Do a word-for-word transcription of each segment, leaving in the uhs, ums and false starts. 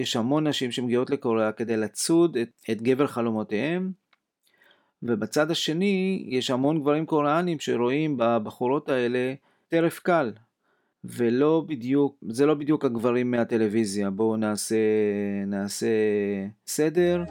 יש המון נשים שמגיעות לקוריאה כדי לצוד את, את גבר חלומותיהם, ובצד השני יש המון גברים קוריאנים שרואים בבחורות האלה טרף קל, ולא בדיוק, זה לא בדיוק הגברים מהטלוויזיה. בואו נעשה, נעשה סדר.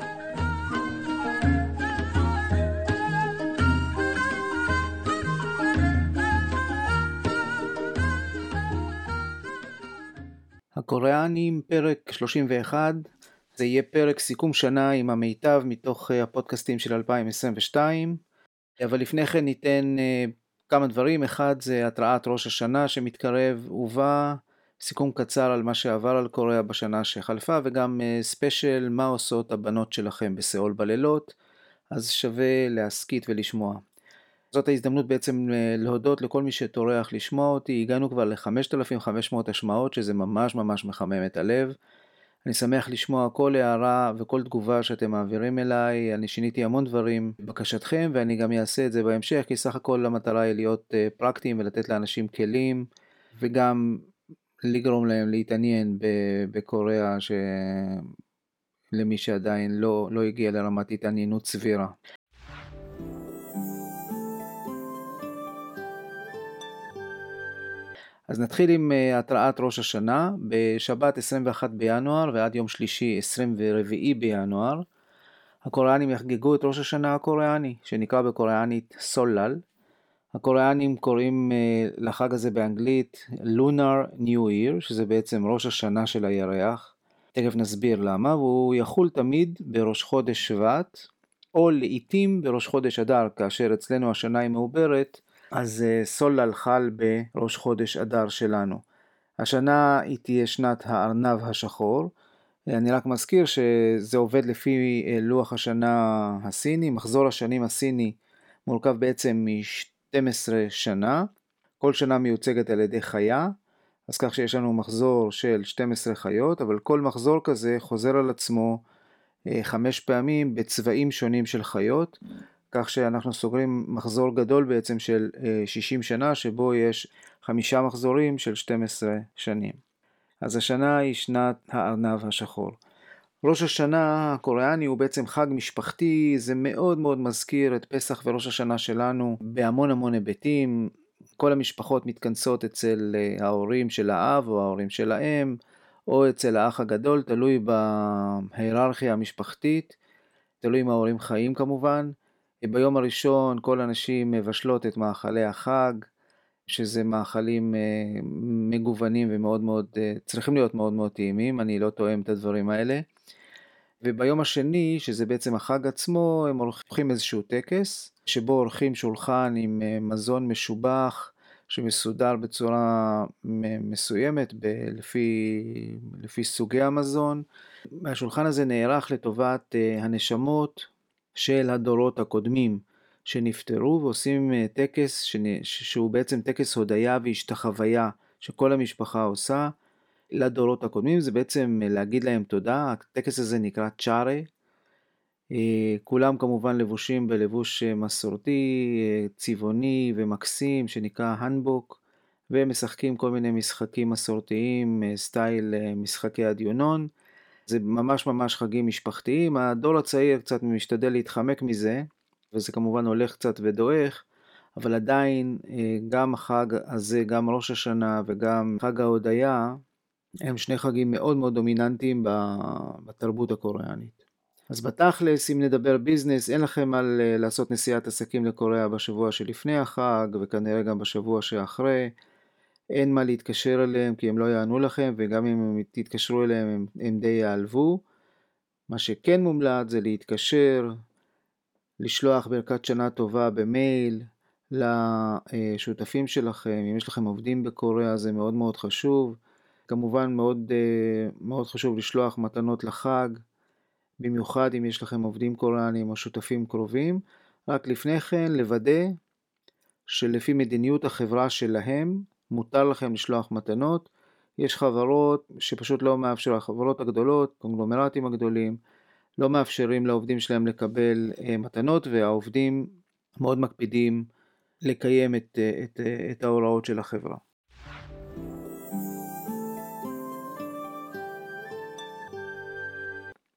הקוריאנים, פרק שלושים ואחת, זה יהיה פרק סיכום שנה עם המיטב מתוך הפודקאסטים של אלפיים עשרים ושתיים, אבל לפני כן ניתן כמה דברים. אחד זה התראת ראש השנה שמתקרב, ובא סיכום קצר על מה שעבר על קוריאה בשנה שחלפה, וגם ספיישל מה עושות הבנות שלכם בסיאול בלילות, אז שווה להסכית ולשמוע. זאת ההזדמנות בעצם להודות לכל מי שטורח לשמוע אותי. הגענו כבר ל-חמשת אלפים וחמש מאות השמעות, שזה ממש ממש מחמם את הלב. אני שמח לשמוע כל הערה וכל תגובה שאתם מעבירים אליי. אני שיניתי המון דברים בבקשתכם, ואני גם אעשה את זה בהמשך, כי סך הכל המטרה היא להיות פרקטיים ולתת לאנשים כלים, וגם לגרום להם להתעניין בקוריאה, שלמי שעדיין לא, לא הגיע לרמת התעניינות סבירה. אז נתחיל עם התראת ראש השנה. בשבת עשרים ואחד בינואר ועד יום שלישי עשרים וארבעה בינואר, הקוריאנים יחגגו את ראש השנה הקוריאני, שנקרא בקוריאנית סולל. הקוריאנים קוראים לחג הזה באנגלית Lunar New Year, שזה בעצם ראש השנה של הירח. תכף נסביר למה, והוא יחול תמיד בראש חודש שבט, או לעתים בראש חודש אדר, כאשר אצלנו השנה היא מעוברת, אז סולל חל בראש חודש אדר שלנו. השנה היא תהיה שנת הארנב השחור. אני רק מזכיר שזה עובד לפי לוח השנה הסיני. מחזור השנים הסיני מורכב בעצם מ-שתים עשרה שנה. כל שנה מיוצגת על ידי חיה, אז כך שיש לנו מחזור של שתים עשרה חיות, אבל כל מחזור כזה חוזר על עצמו חמש פעמים בצבעים שונים של חיות, כך שאנחנו סוגרים מחזור גדול בעצם של שישים שנה, שבו יש חמישה מחזורים של שתים עשרה שנים. אז השנה היא שנת הארנב השחור. ראש השנה הקוריאני הוא בעצם חג משפחתי. זה מאוד מאוד מזכיר את פסח וראש השנה שלנו בהמון המון היבטים. כל המשפחות מתכנסות אצל ההורים של האב או ההורים של האם, או אצל האח הגדול, תלוי בהיררכיה המשפחתית, תלוי אם ההורים חיים כמובן. ביום הראשון כל הנשים מבשלות את מאכלי החג, שזה מאכלים מגוונים ומאוד מאוד, צריכים להיות מאוד מאוד טעימים. אני לא תואם את הדברים האלה. וביום השני, שזה בעצם החג עצמו, הם עורכים איזשהו טקס, שבו עורכים שולחן עם מזון משובח, שמסודר בצורה מסוימת, לפי, לפי סוגי המזון. השולחן הזה נערך לטובת הנשמות של הדורות הקודמים שנפטרו, ועושים טקס שהוא בעצם טקס הודיה והשתחוויה שכל המשפחה עושה לדורות הקודמים. זה בעצם להגיד להם תודה. הטקס הזה נקרא צ'ארה. כולם כמובן לבושים בלבוש מסורתי, צבעוני ומקסים, שנקרא הנבוק, ומשחקים כל מיני משחקים מסורתיים, סטייל משחקי הדיונון. זה ממש ממש חגים משפחתיים. הדור הצעיר קצת משתדל להתחמק מזה, וזה כמובן הולך קצת ודועך, אבל עדיין גם החג הזה, גם ראש השנה וגם חג ההודיה, הם שני חגים מאוד מאוד דומיננטיים בתרבות הקוריאנית. אז בתכלס, אם נדבר ביזנס, אין לכם על לעשות נסיעת עסקים לקוריאה בשבוע שלפני החג, וכנראה גם בשבוע שאחרי. אין מה להתקשר אליהם, כי הם לא יענו לכם, וגם אם הם תתקשרו אליהם, הם, הם די יעלבו. מה שכן מומלץ זה להתקשר, לשלוח ברכת שנה טובה במייל לשותפים שלכם. אם יש לכם עובדים בקוריאה, זה מאוד מאוד חשוב. כמובן מאוד, מאוד חשוב לשלוח מתנות לחג, במיוחד אם יש לכם עובדים קוריאנים או שותפים קרובים. רק לפני כן לוודא שלפי מדיניות החברה שלהם מותר לכם לשלוח מתנות. יש חברות שפשוט לא מאפשרות, החברות הגדולות, קונגלומרטים הגדולים, לא מאפשרים לעובדים שלהם לקבל מתנות, והעובדים מאוד מקפידים לקיים את, את, את ההוראות של החברה.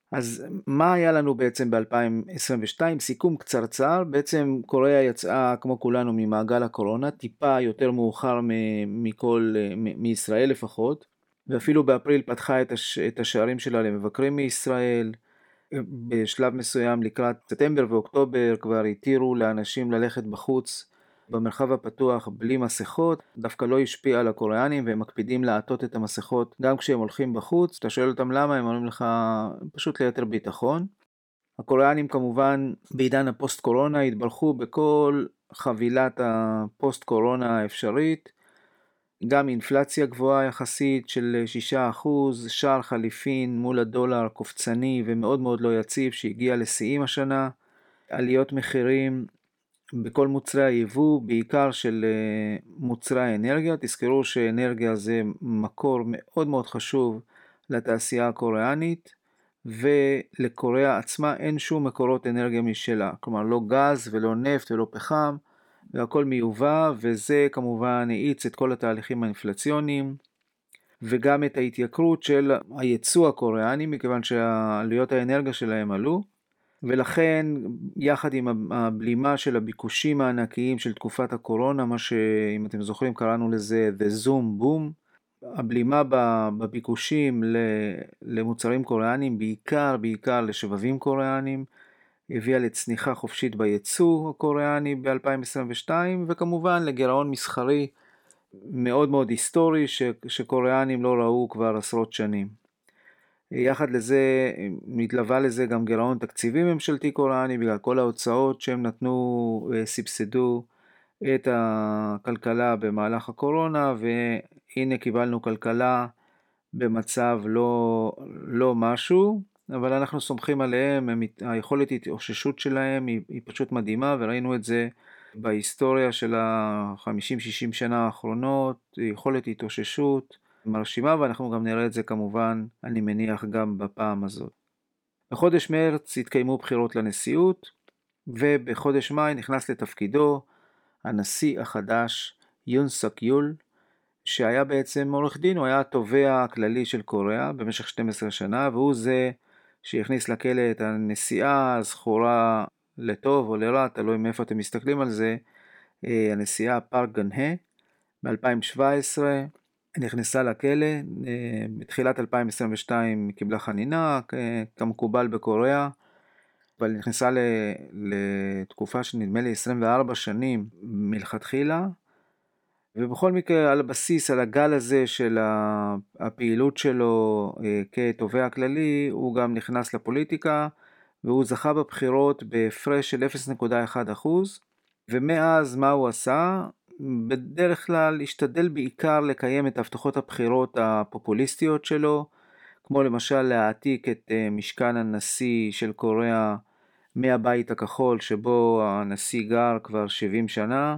אז מה היה לנו בעצם ב-אלפיים עשרים ושתיים? סיכום קצרצר, בעצם קוריאה יצאה כמו כולנו ממעגל הקורונה, טיפה יותר מאוחר מכל, מישראל לפחות, ואפילו באפריל פתחה את, הש, את השערים שלה למבקרים מישראל. בשלב מסוים לקראת ספטמבר ואוקטובר כבר התירו לאנשים ללכת בחוץ במרחב הפתוח בלי מסכות, דווקא לא השפיע על הקוריאנים והם מקפידים לעטות את המסכות גם כשהם הולכים בחוץ. אתה שואל אותם למה, הם אומרים לך פשוט ליתר ביטחון. הקוריאנים כמובן בעידן הפוסט קורונה התברכו בכל חבילת הפוסט קורונה האפשרית, גם אינפלציה גבוהה יחסית של שישה אחוז, שער חליפין מול הדולר קופצני ומאוד מאוד לא יציב שהגיע לשיאים השנה, עליות מחירים בכל מוצרי היבוא, בעיקר של מוצרי האנרגיה. תזכרו שאנרגיה זה מקור מאוד מאוד חשוב לתעשייה הקוריאנית, ולקוריאה עצמה אין שום מקורות אנרגיה משלה, כלומר לא גז ולא נפט ולא פחם, והכל מיובא, וזה כמובן האיץ את כל התהליכים האינפלציוניים, וגם את ההתייקרות של הייצוא הקוריאני, מכיוון שעלויות האנרגיה שלהם עלו, ולכן יחד עם הבלימה של הביקושים הענקיים של תקופת הקורונה, מה שאם אתם זוכרים קראנו לזה The Zoom Boom, הבלימה בביקושים למוצרים קוריאנים, בעיקר בעיקר לשבבים קוריאנים, הביאה לצניחה חופשית בייצוא הקוריאני ב-אלפיים עשרים ושתיים, וכמובן לגירעון מסחרי מאוד מאוד היסטורי ש- שקוריאנים לא ראו כבר עשרות שנים. יחד לזה, מתלווה לזה גם גירעון תקציבי ממשלתי קוריאני, בגלל כל ההוצאות שהם נתנו, סבסדו את הכלכלה במהלך הקורונה, והנה קיבלנו כלכלה במצב לא, לא משהו, אבל אנחנו סומכים עליהם, הם, היכולת התאוששות שלהם היא, היא פשוט מדהימה, וראינו את זה בהיסטוריה של ה-חמישים שישים שנה האחרונות, יכולת התאוששות מרשימה, ואנחנו גם נראה את זה כמובן, אני מניח, גם בפעם הזאת. בחודש מרץ התקיימו בחירות לנשיאות, ובחודש מאי נכנס לתפקידו הנשיא החדש יון סוק יול, שהיה בעצם עורך דין, הוא היה התובע הכללי של קוריאה במשך שתים עשרה שנה, והוא זה שהכניס לכלא את הנשיאה הזכורה לטוב או לרע, תלוי מאיפה אתם מסתכלים על זה, הנשיאה פארק גן-הי. ב-אלפיים שבע עשרה נכנסה לכלא, בתחילת אלפיים עשרים ושתיים קיבלה חנינה, כמקובל בקוריאה, אבל נכנסה לתקופה שנדמה לי עשרים וארבע שנים מלכתחילה, ובכל מקרה על הבסיס, על הגל הזה של הפעילות שלו כתובע כללי, הוא גם נכנס לפוליטיקה, והוא זכה בבחירות בהפרש של אפס נקודה אחת אחוז, ומאז מה הוא עשה? בדרך כלל השתדל בעיקר לקיים את הבטחות הבחירות הפופוליסטיות שלו, כמו למשל להעתיק את משכן הנשיא של קוריאה מהבית הכחול שבו הנשיא גר כבר שבעים שנה,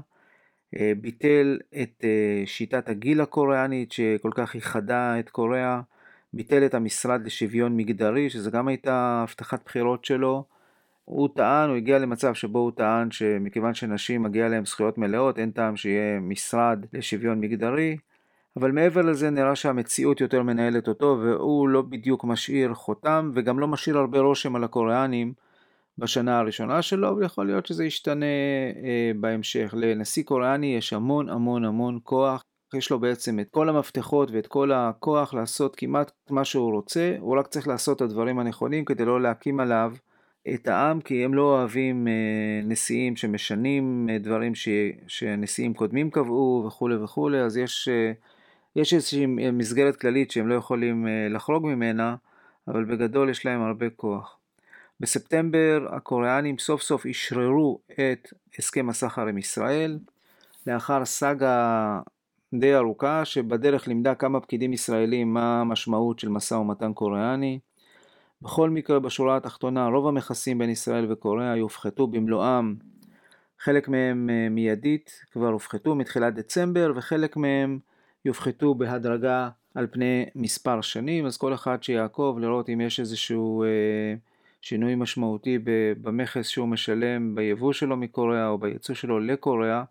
ביטל את שיטת הגיל הקוריאנית שכל כך ייחדה את קוריאה, ביטל את המשרד לשוויון מגדרי, שזה גם הייתה הבטחת בחירות שלו. הוא טען, הוא הגיע למצב שבו הוא טען שמכיוון שנשים מגיע להם זכויות מלאות, אין טעם שיהיה משרד לשוויון מגדרי, אבל מעבר לזה נראה שהמציאות יותר מנהלת אותו, והוא לא בדיוק משאיר חותם, וגם לא משאיר הרבה רושם על הקוריאנים בשנה הראשונה שלו, ויכול להיות שזה ישתנה אה, בהמשך. לנשיא קוריאני יש המון המון המון כוח, יש לו בעצם את כל המפתחות ואת כל הכוח לעשות כמעט מה שהוא רוצה, הוא רק צריך לעשות את הדברים הנכונים כדי לא להקים עליו את העם, כי הם לא אוהבים אה, נשיאים שמשנים אה, דברים ש, שנשיאים קודמים קבעו וכו' וכו', אז יש, אה, יש איזושהי מסגרת כללית שהם לא יכולים אה, לחרוג ממנה, אבל בגדול יש להם הרבה כוח. בספטמבר הקוריאנים סוף סוף ישררו את הסכם הסחר עם ישראל, לאחר סאגה די ארוכה שבדרך לימדה כמה פקידים ישראלים מה המשמעות של משא ומתן קוריאני. בכל מקרה, בשורה התחתונה, רוב המכסים בין ישראל וקוריאה יופחתו במלואם, חלק מהם מיידית כבר הופחתו מתחילת דצמבר, וחלק מהם יופחתו בהדרגה על פני מספר שנים, אז כל אחד שיעקוב לראות אם יש איזשהו אה, שינוי משמעותי במכס שהוא משלם ביבוא שלו מקוריאה או ביצוא שלו לקוריאה.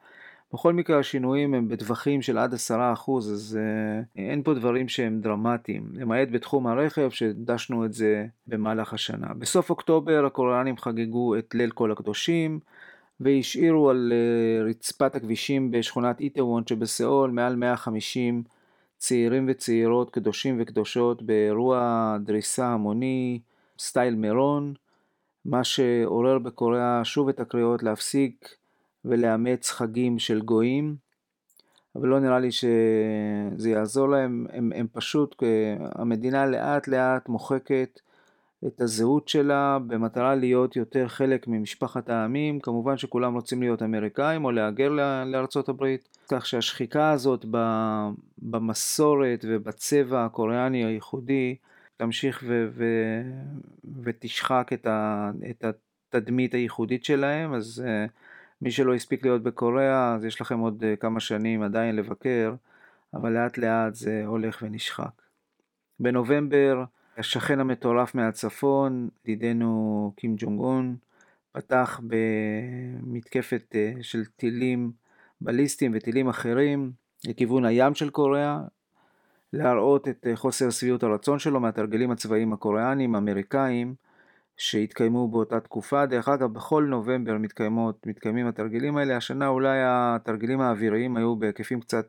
בכל מקרה השינויים הם בטווחים של עד עשרה אחוז, אז uh, אין פה דברים שהם דרמטיים, למעט בתחום הרכב שדשנו את זה במהלך השנה. בסוף אוקטובר הקוריאנים חגגו את ליל כל הקדושים, והשאירו על uh, רצפת הכבישים בשכונת איטוואן שבסאול מעל מאה וחמישים צעירים וצעירות, קדושים וקדושות, באירוע דריסה המוני, סטייל מירון, מה שעורר בקוריאה שוב את הקריאות להפסיק ולאמץ חגים של גויים, אבל לא נראה לי שזה יעזור להם. הם, הם פשוט, המדינה לאט לאט מוחקת את הזהות שלה במטרה להיות יותר חלק ממשפחת העמים. כמובן שכולם רוצים להיות אמריקאים או להגר לארצות הברית, כך שהשחיקה הזאת במסורת ובצבע הקוריאני הייחודי תמשיך ו- ו- ותשחק את, ה- את התדמית הייחודית שלהם. אז uh, מי שלא הספיק להיות בקוריאה, אז יש לכם עוד uh, כמה שנים עדיין לבקר, אבל לאט לאט זה הולך ונשחק. בנובמבר השכן המטורף מהצפון, ידידנו קים ג'ונג און, פתח במתקפת uh, של טילים בליסטיים וטילים אחרים לכיוון הים של קוריאה, להראות את חוסר שביעות הרצון שלו מהתרגילים הצבאיים הקוריאנים, אמריקאים, שהתקיימו באותה תקופה. דרך אגב, בכל נובמבר מתקיימות, מתקיימים התרגילים האלה. השנה אולי התרגילים האוויריים היו בהיקפים קצת,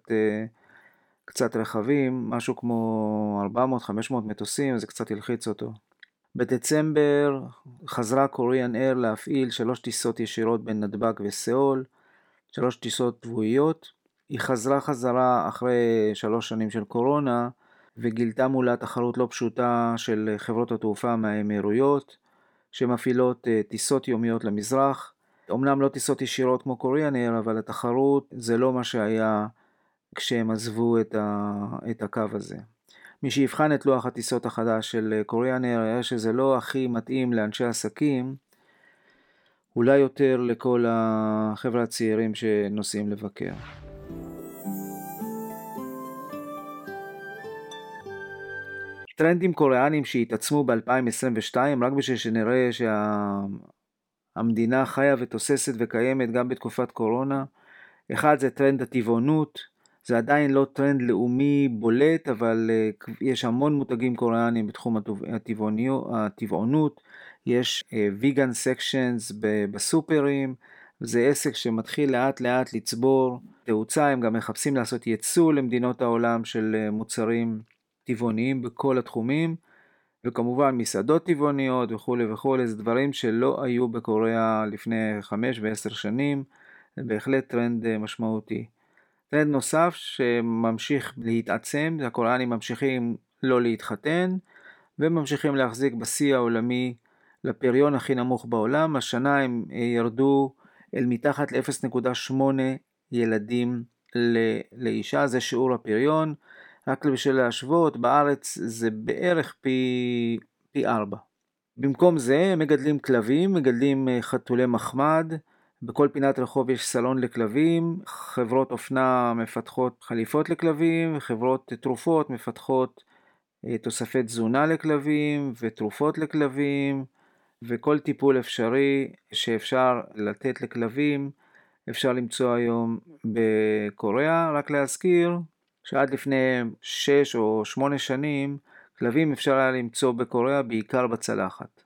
קצת רחבים, משהו כמו ארבע מאות חמש מאות מטוסים, זה קצת הלחיץ אותו. בדצמבר חזרה קוריאן אייר להפעיל שלוש טיסות ישירות בין נתב"ג וסאול, שלוש טיסות שבועיות. היא חזרה חזרה אחרי שלוש שנים של קורונה, וגילתה מולה תחרות לא פשוטה של חברות התעופה מהאמירויות, שמפעילות טיסות יומיות למזרח. אמנם לא טיסות ישירות כמו קוריאן אייר, אבל התחרות זה לא מה שהיה כשהם עזבו את, ה... את הקו הזה. מי שיבחן את לוח הטיסות החדש של קוריאן אייר, היה שזה לא הכי מתאים לאנשי עסקים, אולי יותר לכל החבר'ה הצעירים שנוסעים לבקר. טרנדים קוריאנים שהתעצמו ב-אלפיים עשרים ושתיים, רק בשביל שנראה שהמדינה חיה ותוססת וקיימת גם בתקופת קורונה. אחד זה טרנד הטבעונות, זה עדיין לא טרנד לאומי בולט, אבל יש המון מותגים קוריאנים בתחום הטבעונות, יש vegan sections בסופרים, זה עסק שמתחיל לאט לאט לצבור תאוצה. הם גם מחפשים לעשות ייצוא למדינות העולם של מוצרים טבעוניים בכל התחומים, וכמובן מסעדות טבעוניות וכו' וכו'. זה דברים שלא היו בקוריאה לפני חמש ועשר שנים, זה בהחלט טרנד משמעותי. טרנד נוסף שממשיך להתעצם, הקוריאנים ממשיכים לא להתחתן, וממשיכים להחזיק בשיא העולמי לפריון הכי נמוך בעולם. השנה הם ירדו אל מתחת ל-אפס נקודה שמונה ילדים לאישה, זה שיעור הפריון. רק בשביל להשוות, בארץ זה בערך פי, פי ארבע. במקום זה הם מגדלים כלבים, מגדלים חתולי מחמד, בכל פינת רחוב יש סלון לכלבים, חברות אופנה מפתחות חליפות לכלבים, חברות תרופות מפתחות תוספי תזונה לכלבים ותרופות לכלבים, וכל טיפול אפשרי שאפשר לתת לכלבים אפשר למצוא היום בקוריאה. רק להזכיר שעד לפני שש או שמונה שנים כלבים אפשר היה למצוא בקוריאה בעיקר בצלחת.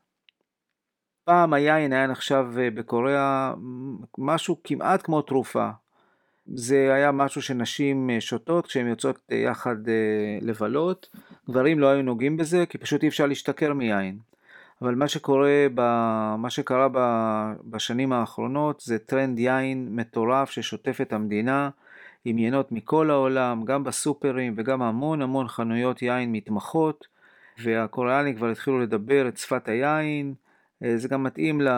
פעם היין היה נחשב בקוריאה משהו כמעט כמו תרופה. זה היה משהו שנשים שותות כשהן יוצאות יחד לבלות. גברים לא היו נוגעים בזה כי פשוט אי אפשר להשתכר מיין. אבל מה שקורה, מה שקרה בשנים האחרונות זה טרנד יין מטורף ששוטף את המדינה, עם יינות מכל העולם, גם בסופרים וגם המון המון חנויות יין מתמחות, והקוריאנים כבר התחילו לדבר את שפת היין. זה גם מתאים ל...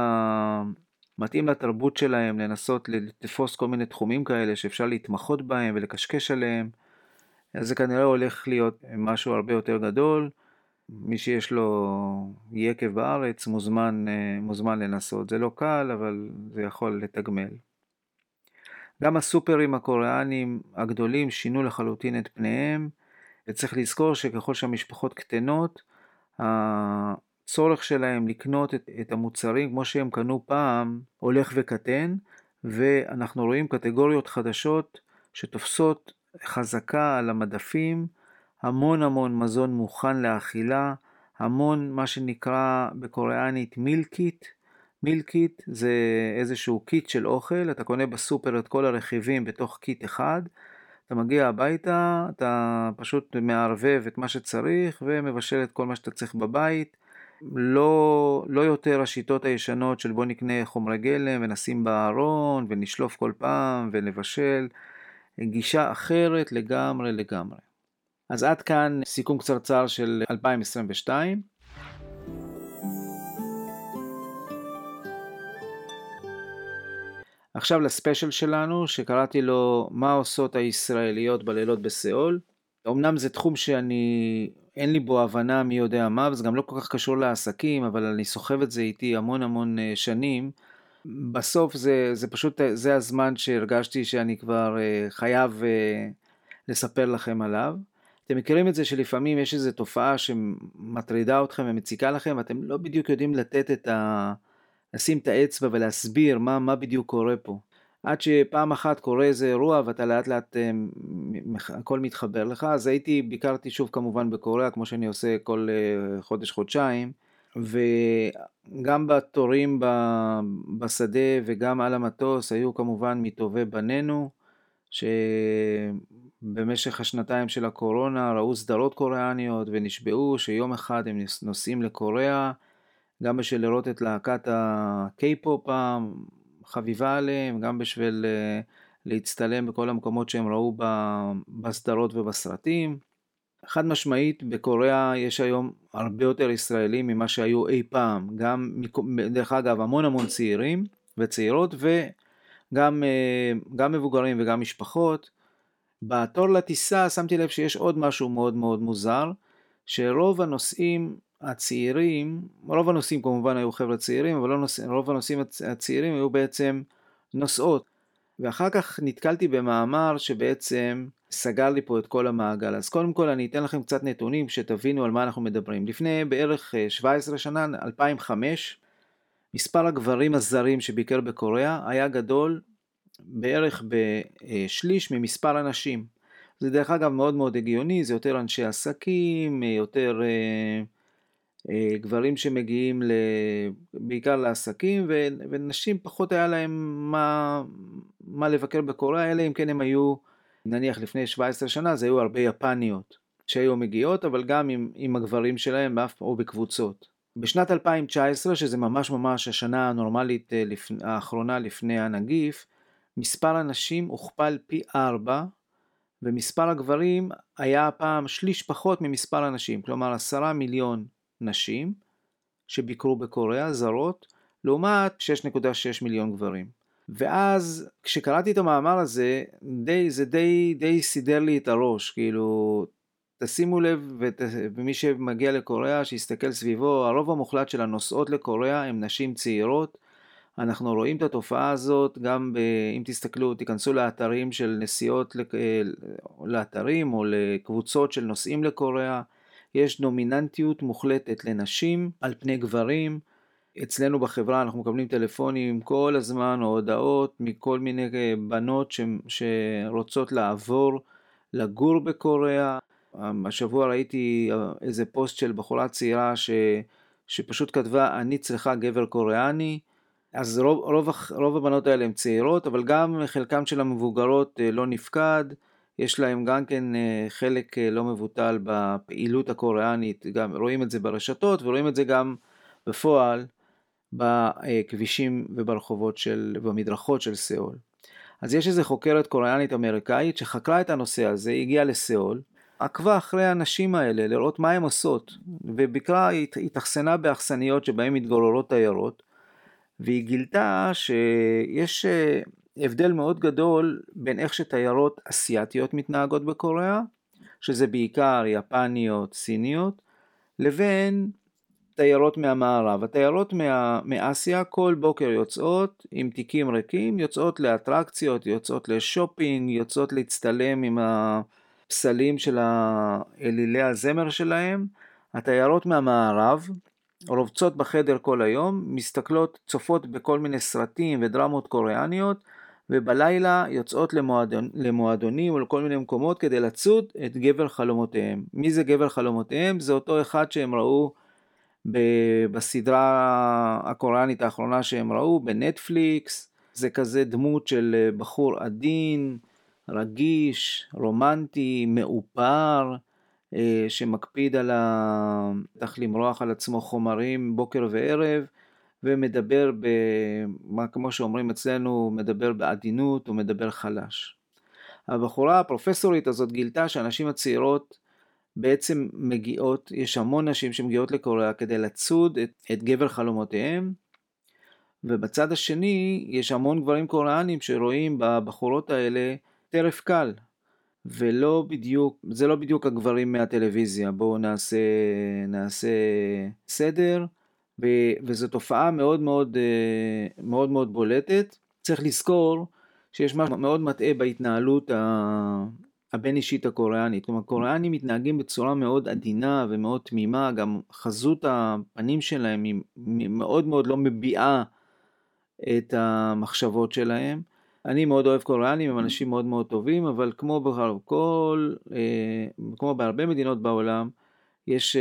מתאים לתרבות שלהם לנסות לתפוס כל מיני תחומים כאלה שאפשר להתמחות בהם ולקשקש עליהם. אז זה כנראה הולך להיות משהו הרבה יותר גדול. מי שיש לו יקב בארץ מוזמן, מוזמן לנסות. זה לא קל, אבל זה יכול לתגמל. גם הסופרים הקוריאנים הגדולים שינו לחלוטין את פניהם, וצריך לזכור שככל שהמשפחות קטנות, הצורך שלהם לקנות את, את המוצרים כמו שהם קנו פעם הולך וקטן, ואנחנו רואים קטגוריות חדשות שתופסות חזקה על המדפים, המון המון מזון מוכן לאכילה, המון מה שנקרא בקוריאנית מילקיט. מילקיט זה איזשהו קיט של אוכל, אתה קונה בסופר את כל הרכיבים בתוך קיט אחד, אתה מגיע הביתה, אתה פשוט מערבב את מה שצריך ומבשל את כל מה שאתה צריך בבית. לא, לא יותר השיטות הישנות של בוא נקנה חומרי גלם ונשים בארון ונשלוף כל פעם ונבשל. גישה אחרת לגמרי לגמרי. אז עד כאן סיכום קצרצר של אלפיים עשרים ושתיים. עכשיו לספיישל שלנו שקראתי לו מה עושות הישראליות בלילות בסיאול. אמנם זה תחום שאני אין לי בו הבנה מי יודע מה, וזה גם לא כל כך קשור לעסקים, אבל אני סוחב את זה איתי המון המון שנים. בסוף זה, זה פשוט, זה הזמן שהרגשתי שאני כבר חייב לספר לכם עליו. אתם מכירים את זה שלפעמים יש איזו תופעה שמטרידה אתכם ומציקה לכם, ואתם לא בדיוק יודעים לתת את ה... לשים את האצבע ולהסביר מה, מה בדיוק קורה פה. עד שפעם אחת קורה איזה אירוע ואתה לאט לאט הכל מתחבר לך. אז הייתי, ביקרתי שוב כמובן בקוריאה, כמו שאני עושה כל חודש חודשיים, וגם בתורים בשדה וגם על המטוס היו כמובן מטובי בנינו, שבמשך השנתיים של הקורונה ראו סדרות קוריאניות ונשבעו שיום אחד הם נוסעים לקוריאה, גם בשביל לראות את להקת הקיי-פופ החביבה עליהם, גם בשביל להצטלם בכל המקומות שהם ראו בסדרות ובסרטים. חד משמעית, בקוריאה יש היום הרבה יותר ישראלים ממה שהיו אי פעם, גם דרך אגב המון המון צעירים וצעירות וגם גם מבוגרים וגם משפחות. בתור לטיסה שמתי לב שיש עוד משהו מאוד מאוד מוזר, שרוב הנוסעים הצעירים, רוב הנוסעים כמובן היו חבר'ה צעירים, אבל לא נוס... רוב הנוסעים הצעירים היו בעצם נוסעות. ואחר כך נתקלתי במאמר שבעצם סגר לי פה את כל המעגל. אז קודם כל אני אתן לכם קצת נתונים שתבינו על מה אנחנו מדברים. לפני בערך שבע עשרה שנה, אלפיים וחמש, מספר הגברים הזרים שביקר בקוריאה היה גדול בערך בשליש ממספר הנשים. זה דרך אגב מאוד מאוד הגיוני, זה יותר אנשי עסקים, יותר גברים שמגיעים בעיקר לעסקים, ונשים פחות היה להם מה, מה לבקר בקוריאה, אלא אם כן הם היו, נניח לפני שבע עשרה שנה, זה היו הרבה יפניות שהיו מגיעות, אבל גם עם, עם הגברים שלהם או בקבוצות. בשנת אלפיים תשע עשרה, שזה ממש ממש השנה הנורמלית האחרונה לפני הנגיף, מספר הנשים הוכפל פי ארבע, ומספר הגברים היה הפעם שליש פחות ממספר הנשים, כלומר עשרה מיליון נשים שביקרו בקוריאה זרות, לעומת שש נקודה שש מיליון גברים. ואז כשקראתי את המאמר הזה, די, זה די, די סידר לי את הראש, כאילו, תשימו לב, ות, ומי שמגיע לקוריאה, שיסתכל סביבו, הרוב המוחלט של הנוסעות לקוריאה הם נשים צעירות. אנחנו רואים את התופעה הזאת גם ב, אם תסתכלו, תיכנסו לאתרים של נסיעות לאתרים או לקבוצות של נוסעים לקוריאה, יש דומיננטיות מוחלטת לנשים על פני גברים. אצלנו בחברה אנחנו מקבלים טלפונים כל הזמן או הודעות מכל מיני בנות ש, שרוצות לעבור לגור בקוריאה. השבוע ראיתי איזה פוסט של בחורה צעירה ש, שפשוט כתבה אני צריכה גבר קוריאני. אז רוב, רוב, רוב הבנות האלה הן צעירות, אבל גם חלקם של המבוגרות לא נפקד, יש להם גם כן חלק לא מבוטל בפעילות הקוריאנית, גם רואים את זה ברשתות ורואים את זה גם בפועל בכבישים וברחובות של, במדרכות של סיאול. אז יש איזו חוקרת קוריאנית אמריקאית שחקרה את הנושא הזה, הגיעה לסיאול, עקבה אחרי האנשים האלה לראות מה הם עושות, ובקרה התאכסנה באכסניות שבהם מתגוררות תיירות, והיא גילתה שיש הבדל מאוד גדול בין איך שתיירות אסיאתיות מתנהגות בקוריאה, שזה בעיקר יפניות, סיניות, לבין תיירות מהמערב. התיירות מה, מאסיה כל בוקר יוצאות עם תיקים ריקים, יוצאות לאטרקציות, יוצאות לשופינג, יוצאות להצטלם עם הפסלים של אלילי הזמר שלהם. התיירות מהמערב רובצות בחדר כל היום, מסתכלות, צופות בכל מיני סרטים ודרמות קוריאניות, ובלילה יוצאות למועדון, למועדונים או לכל מיני מקומות כדי לצוד את גבר חלומותיהם. מי זה גבר חלומותיהם? זה אותו אחד שהם ראו בסדרה הקוריאנית האחרונה שהם ראו בנטפליקס. זה כזה דמות של בחור עדין, רגיש, רומנטי, מאופר, שמקפיד על ה... צריך למרוח על עצמו חומרים בוקר וערב, ומדבר, ב... כמו שאומרים אצלנו, מדבר בעדינות, הוא מדבר חלש. הבחורה הפרופסורית הזאת גילתה שהנשים הצעירות בעצם מגיעות, יש המון נשים שמגיעות לקוריאה כדי לצוד את, את גבר חלומותיהם, ובצד השני יש המון גברים קוריאנים שרואים בבחורות האלה טרף קל, ולא בדיוק, זה לא בדיוק הגברים מהטלוויזיה. בואו נעשה, נעשה סדר, ו, וזו תופעה מאוד מאוד, מאוד מאוד בולטת. צריך לזכור שיש משהו מאוד מטעה בהתנהלות הבין אישית הקוריאנית. כלומר, קוריאנים מתנהגים בצורה מאוד עדינה ומאוד תמימה, גם חזות הפנים שלהם היא מאוד מאוד לא מביעה את המחשבות שלהם. אני מאוד אוהב קוריאנים, הם אנשים מאוד מאוד טובים, אבל כמו בכל, כמו בהרבה מדינות בעולם, יש,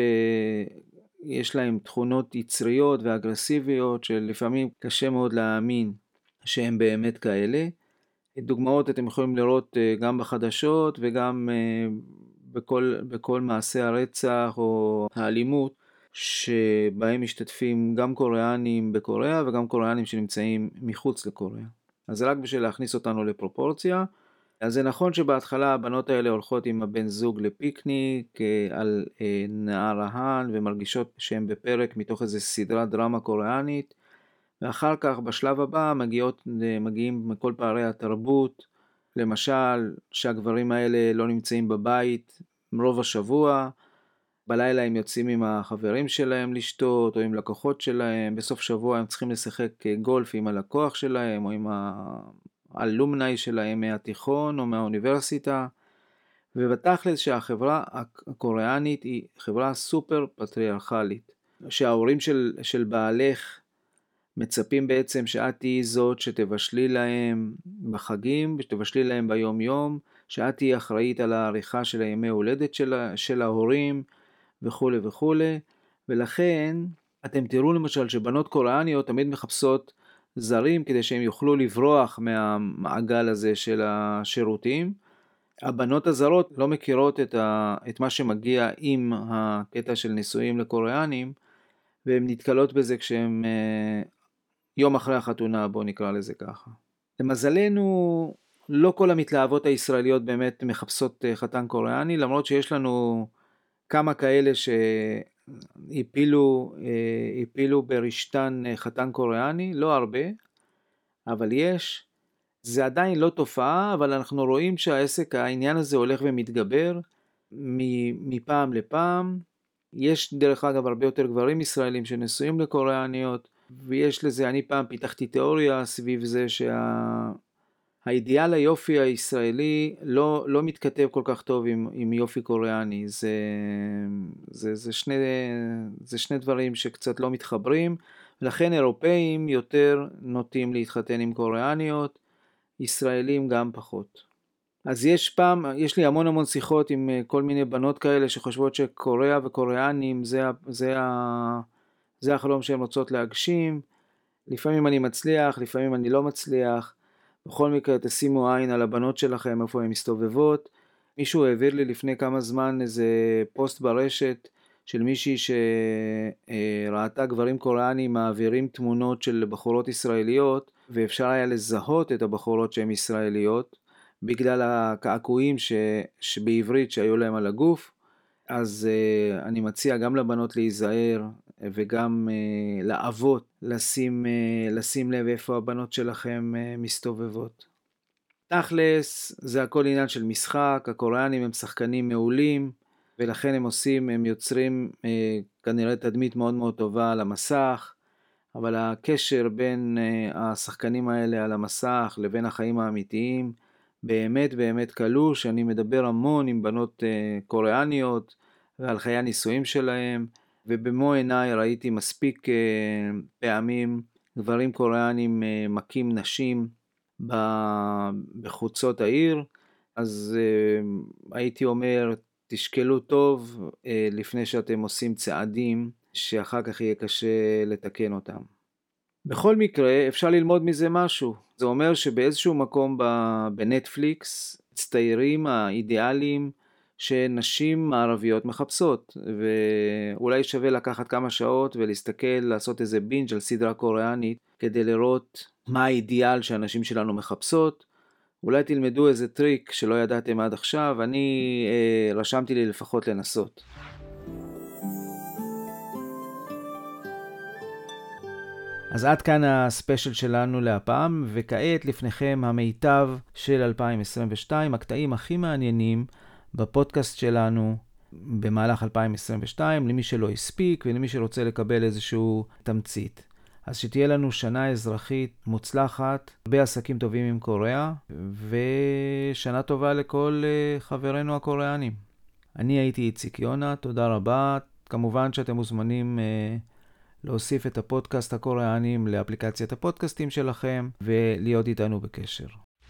יש להם תכונות יצריות ואגרסיביות שלפעמים קשה מאוד להאמין שהם באמת כאלה. דוגמאות אתם יכולים לראות גם בחדשות וגם בכל, בכל מעשי הרצח או האלימות שבהם משתתפים גם קוריאנים בקוריאה וגם קוריאנים שנמצאים מחוץ לקוריאה. אז זה רק בשביל להכניס אותנו לפרופורציה. אז זה נכון שבהתחלה הבנות האלה הולכות עם הבן זוג לפיקניק על נהר ההן ומרגישות שהן בפרק מתוך איזו סדרת דרמה קוריאנית, ואחר כך בשלב הבא מגיעות, מגיעים מכל פערי התרבות, למשל שהגברים האלה לא נמצאים בבית רוב השבוע, בלילה הם יוצאים עם החברים שלהם לשתות או עם לקוחות שלהם, בסוף שבוע הם צריכים לשחק גולף עם הלקוח שלהם או עם האלומני שלהם מהתיכון או מהאוניברסיטה, ובתכלס שהחברה הקוריאנית היא חברה סופר פטריארכלית, שההורים של, של בעלך מצפים בעצם שאת תהי זאת שתבשלי להם בחגים, שתבשלי להם ביום יום, שאת תהי אחראית על העריכה של הימי הולדת של, של ההורים וכו' וכו'. ולכן אתם תראו למשל שבנות קוריאניות תמיד מחפשות זרים כדי שהם יוכלו לברוח מהמעגל הזה של השירותים. הבנות הזרות לא מכירות את, ה, את מה שמגיע עם הקטע של נישואים לקוריאנים, והן נתקלות בזה כשהם יום אחרי החתונה, בוא נקרא לזה ככה. למזלנו, לא כל המתלהבות הישראליות באמת מחפשות חתן קוריאני, למרות שיש לנו כמה כאלה שהפילו, הפילו ברשתן חתן קוריאני, לא הרבה, אבל יש. זה עדיין לא תופעה, אבל אנחנו רואים שהעסק, העניין הזה הולך ומתגבר מפעם לפעם. יש דרך אגב הרבה יותר גברים ישראלים שנשואים לקוריאניות, ויש לזה, אני פעם פיתחתי תיאוריה סביב זה שהאידיאל היופי הישראלי לא, לא מתכתב כל כך טוב עם, עם יופי קוריאני. זה, זה, זה, שני, זה שני דברים שקצת לא מתחברים, ולכן אירופאים יותר נוטים להתחתן עם קוריאניות, ישראלים גם פחות. אז יש פעם, יש לי המון המון שיחות עם כל מיני בנות כאלה שחושבות שקוריאה וקוריאנים זה, זה, זה החלום שהן רוצות להגשים. לפעמים אני מצליח, לפעמים אני לא מצליח. בכל מקרה תשימו עין על הבנות שלכם, איפה הן מסתובבות. מישהו העביר לי לפני כמה זמן איזה פוסט ברשת של מישהי שראתה גברים קוריאנים מעבירים תמונות של בחורות ישראליות, ואפשר היה לזהות את הבחורות שהן ישראליות, בגלל הקעקועים ש... שבעברית שהיו להם על הגוף. אז uh, אני מציע גם לבנות להיזהר וגם uh, לאבות לשים, uh, לשים לב איפה הבנות שלכם uh, מסתובבות. תכלס זה הכל עניין של משחק, הקוריאנים הם שחקנים מעולים ולכן הם עושים, הם יוצרים uh, כנראה תדמית מאוד מאוד טובה על המסך, אבל הקשר בין uh, השחקנים האלה על המסך לבין החיים האמיתיים באמת באמת קלוש. שאני מדבר המון עם בנות uh, קוריאניות ועל חיי הנישואים שלהם, ובמו עיניי ראיתי מספיק פעמים גברים קוריאנים מכים נשים בחוצות העיר, אז הייתי אומר, תשקלו טוב לפני שאתם עושים צעדים שאחר כך יהיה קשה לתקן אותם. בכל מקרה, אפשר ללמוד מזה משהו. זה אומר שבאיזשהו מקום בנטפליקס מצטיירים האידיאליים שנשים מערביות מחפשות, ואולי שווה לקחת כמה שעות ולהסתכל, לעשות איזה בינג' על סדרה קוריאנית, כדי לראות מה האידיאל שהנשים שלנו מחפשות. אולי תלמדו איזה טריק שלא ידעתם עד עכשיו, אני אה, רשמתי לי לפחות לנסות. אז עד כאן הספיישל שלנו להפעם, וכעת לפניכם המיטב של אלפיים עשרים ושתיים, הקטעים הכי מעניינים בפודקאסט שלנו במהלך אלפיים עשרים ושתיים, למי שלא הספיק ולמי שרוצה לקבל איזשהו תמצית. אז שתהיה לנו שנה אזרחית מוצלחת, הרבה עסקים טובים עם קוריאה, ושנה טובה לכל חברינו הקוריאנים. אני הייתי איציק יונה, תודה רבה. כמובן שאתם מוזמנים להוסיף את הפודקאסט הקוריאנים לאפליקציית הפודקאסטים שלכם, ולהיות איתנו בקשר.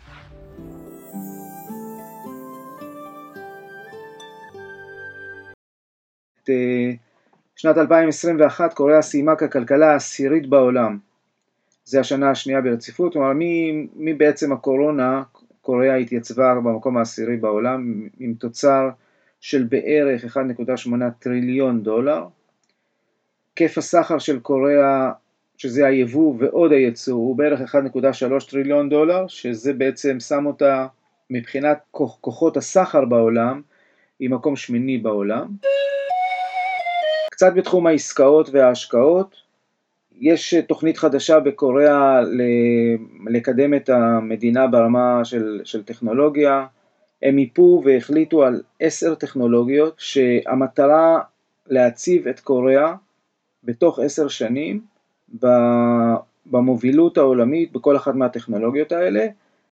שנת אלפיים עשרים ואחת קוריאה סיימה ככלכלה העשירית בעולם. זה השנה השנייה ברציפות, כלומר מי, מי בעצם הקורונה, קוריאה התייצבה במקום העשירי בעולם, עם תוצר של בערך אחד נקודה שמונה טריליון דולר. היקף הסחר של קוריאה, שזה היבוא ועוד הייצוא, הוא בערך אחד נקודה שלוש טריליון דולר, שזה בעצם שם אותה מבחינת כוחות הסחר בעולם, עם מקום שמיני בעולם. קצת בתחום העסקאות וההשקעות, יש תוכנית חדשה בקוריאה לקדם את המדינה ברמה של, של טכנולוגיה. הם מיפו והחליטו על עשר טכנולוגיות שהמטרה להציב את קוריאה בתוך עשר שנים במובילות העולמית בכל אחת מהטכנולוגיות האלה.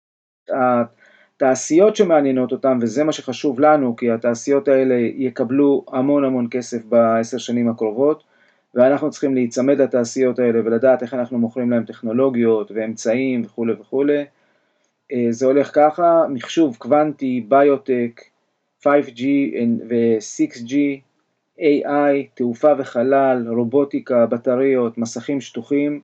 התעשיות שמעניינות אותם, וזה מה שחשוב לנו, כי התעשיות האלה יקבלו המון המון כסף בעשר שנים הקרובות, ואנחנו צריכים להיצמד לתעשיות האלה ולדעת איך אנחנו מוכרים להם טכנולוגיות ואמצעים וכו' וכו'. זה הולך ככה: מחשוב קוונטי, ביוטק, חמש ג'י ו-שש ג'י, איי איי, תעופה וחלל, רובוטיקה, בטריות, מסכים שטוחים.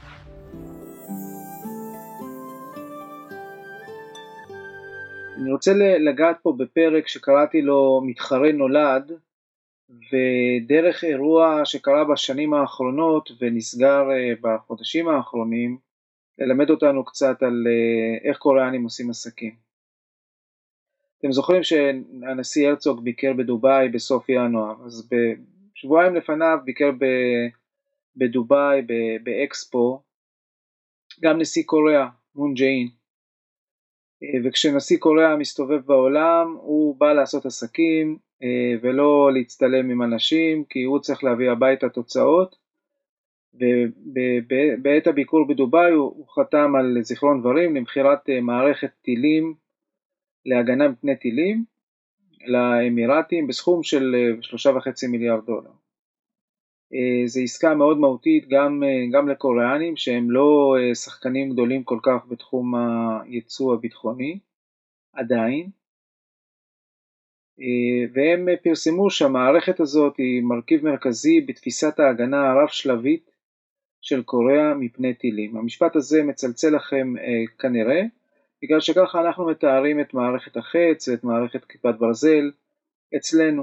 אני רוצה לגעת פה בפרק שקראתי לו מתחרה נולד, ודרך אירוע שקרה בשנים האחרונות ונסגר בחודשים האחרונים, ללמד אותנו קצת על איך קוריאנים עושים עסקים. אתם זוכרים שהנשיא הרצוג ביקר בדובאי בסוף ינואר, אז בשבועיים לפניו ביקר בדובאי באקספו גם נשיא קוריאה, מון ג'אין. וכשנשיא קוריאה מסתובב בעולם, הוא בא לעשות עסקים ולא להצטלם עם אנשים, כי הוא צריך להביא הביתה תוצאות. ובעת הביקור בדובאי הוא חתם על זיכרון דברים למחירת מערכת טילים להגנה מפני טילים לאמירתים בסכום של שלושה וחצי מיליארד דולר. זו עסקה מאוד מהותית גם, גם לקוריאנים שהם לא שחקנים גדולים כל כך בתחום הייצוא הביטחוני עדיין, והם פרסמו שהמערכת הזאת היא מרכיב מרכזי בתפיסת ההגנה הרב שלבית של קוריאה מפני טילים. המשפט הזה מצלצל לכם כנראה, בגלל שככה אנחנו מתארים את מערכת החץ ואת מערכת כיפת ברזל אצלנו.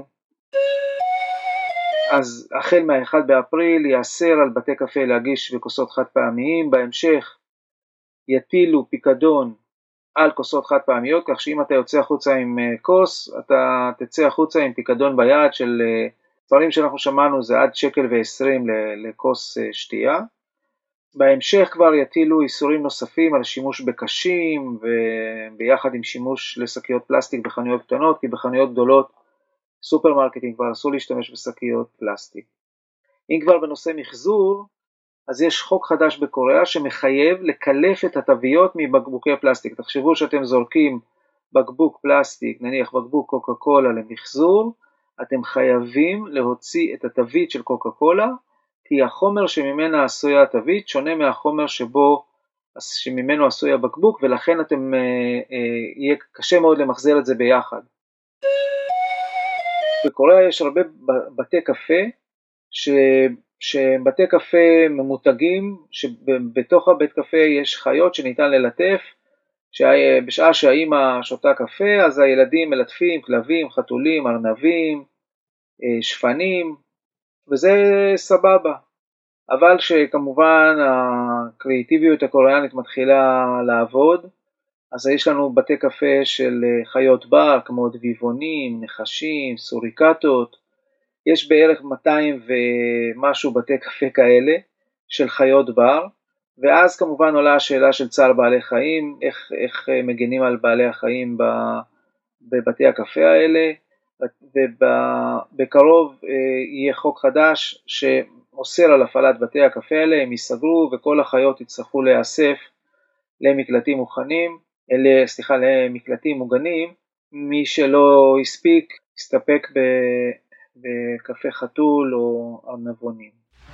אז החל מה-אחד באפריל יאסר על בתי קפה להגיש בכוסות חד פעמיים, בהמשך יטילו פיקדון על כוסות חד פעמיות, כך שאם אתה יוצא החוצה עם כוס, אתה תצא החוצה עם פיקדון ביד של דברים שאנחנו שמענו זה עד שקל ועשרים לכוס שתייה. בהמשך כבר יטילו איסורים נוספים על שימוש בקשים וביחד עם שימוש לשקיות פלסטיק בחנויות קטנות, כי בחנויות גדולות סופרמרקטים כבר אסור להשתמש בשקיות פלסטיק. אם כבר בנושא מחזור, אז יש חוק חדש בקוריאה שמחייב לקלף את התוויות מבקבוקי פלסטיק. תחשבו שאתם זורקים בקבוק פלסטיק, נניח בקבוק קוקה קולה למחזור, אתם חייבים להוציא את התווית של קוקה קולה, כי החומר שממנה עשוי התווית שונה מהחומר שבו, שממנו עשוי הבקבוק, ולכן אתם, אה, אה, יהיה קשה מאוד למחזר את זה ביחד. בקוריאה יש הרבה בתי קפה, ש... שבתי קפה ממותגים, שבתוך הבית קפה יש חיות שניתן ללטף, שבשעה שהאימא שותה קפה, אז הילדים מלטפים כלבים, חתולים, ארנבים, שפנים, וזה סבבה. אבל שכמובן הקריאטיביות הקוריאנית מתחילה לעבוד, אז יש לנו בתי קפה של חיות בר, כמו דביבונים, נחשים, סוריקטות, יש בערך מאתיים ומשהו בתי קפה כאלה של חיות בר, ואז כמובן עולה השאלה של צער בעלי חיים, איך, איך מגנים על בעלי החיים בבתי הקפה האלה, ובקרוב יהיה חוק חדש שאוסר על הפעלת בתי הקפה האלה, הם ייסגרו וכל החיות יצטרכו להיאסף למקלטים מוכנים, אלה, סליחה, למקלטים מוגנים, מי שלא הספיק, יסתפק ב... בקפה חתול או ארנבונים.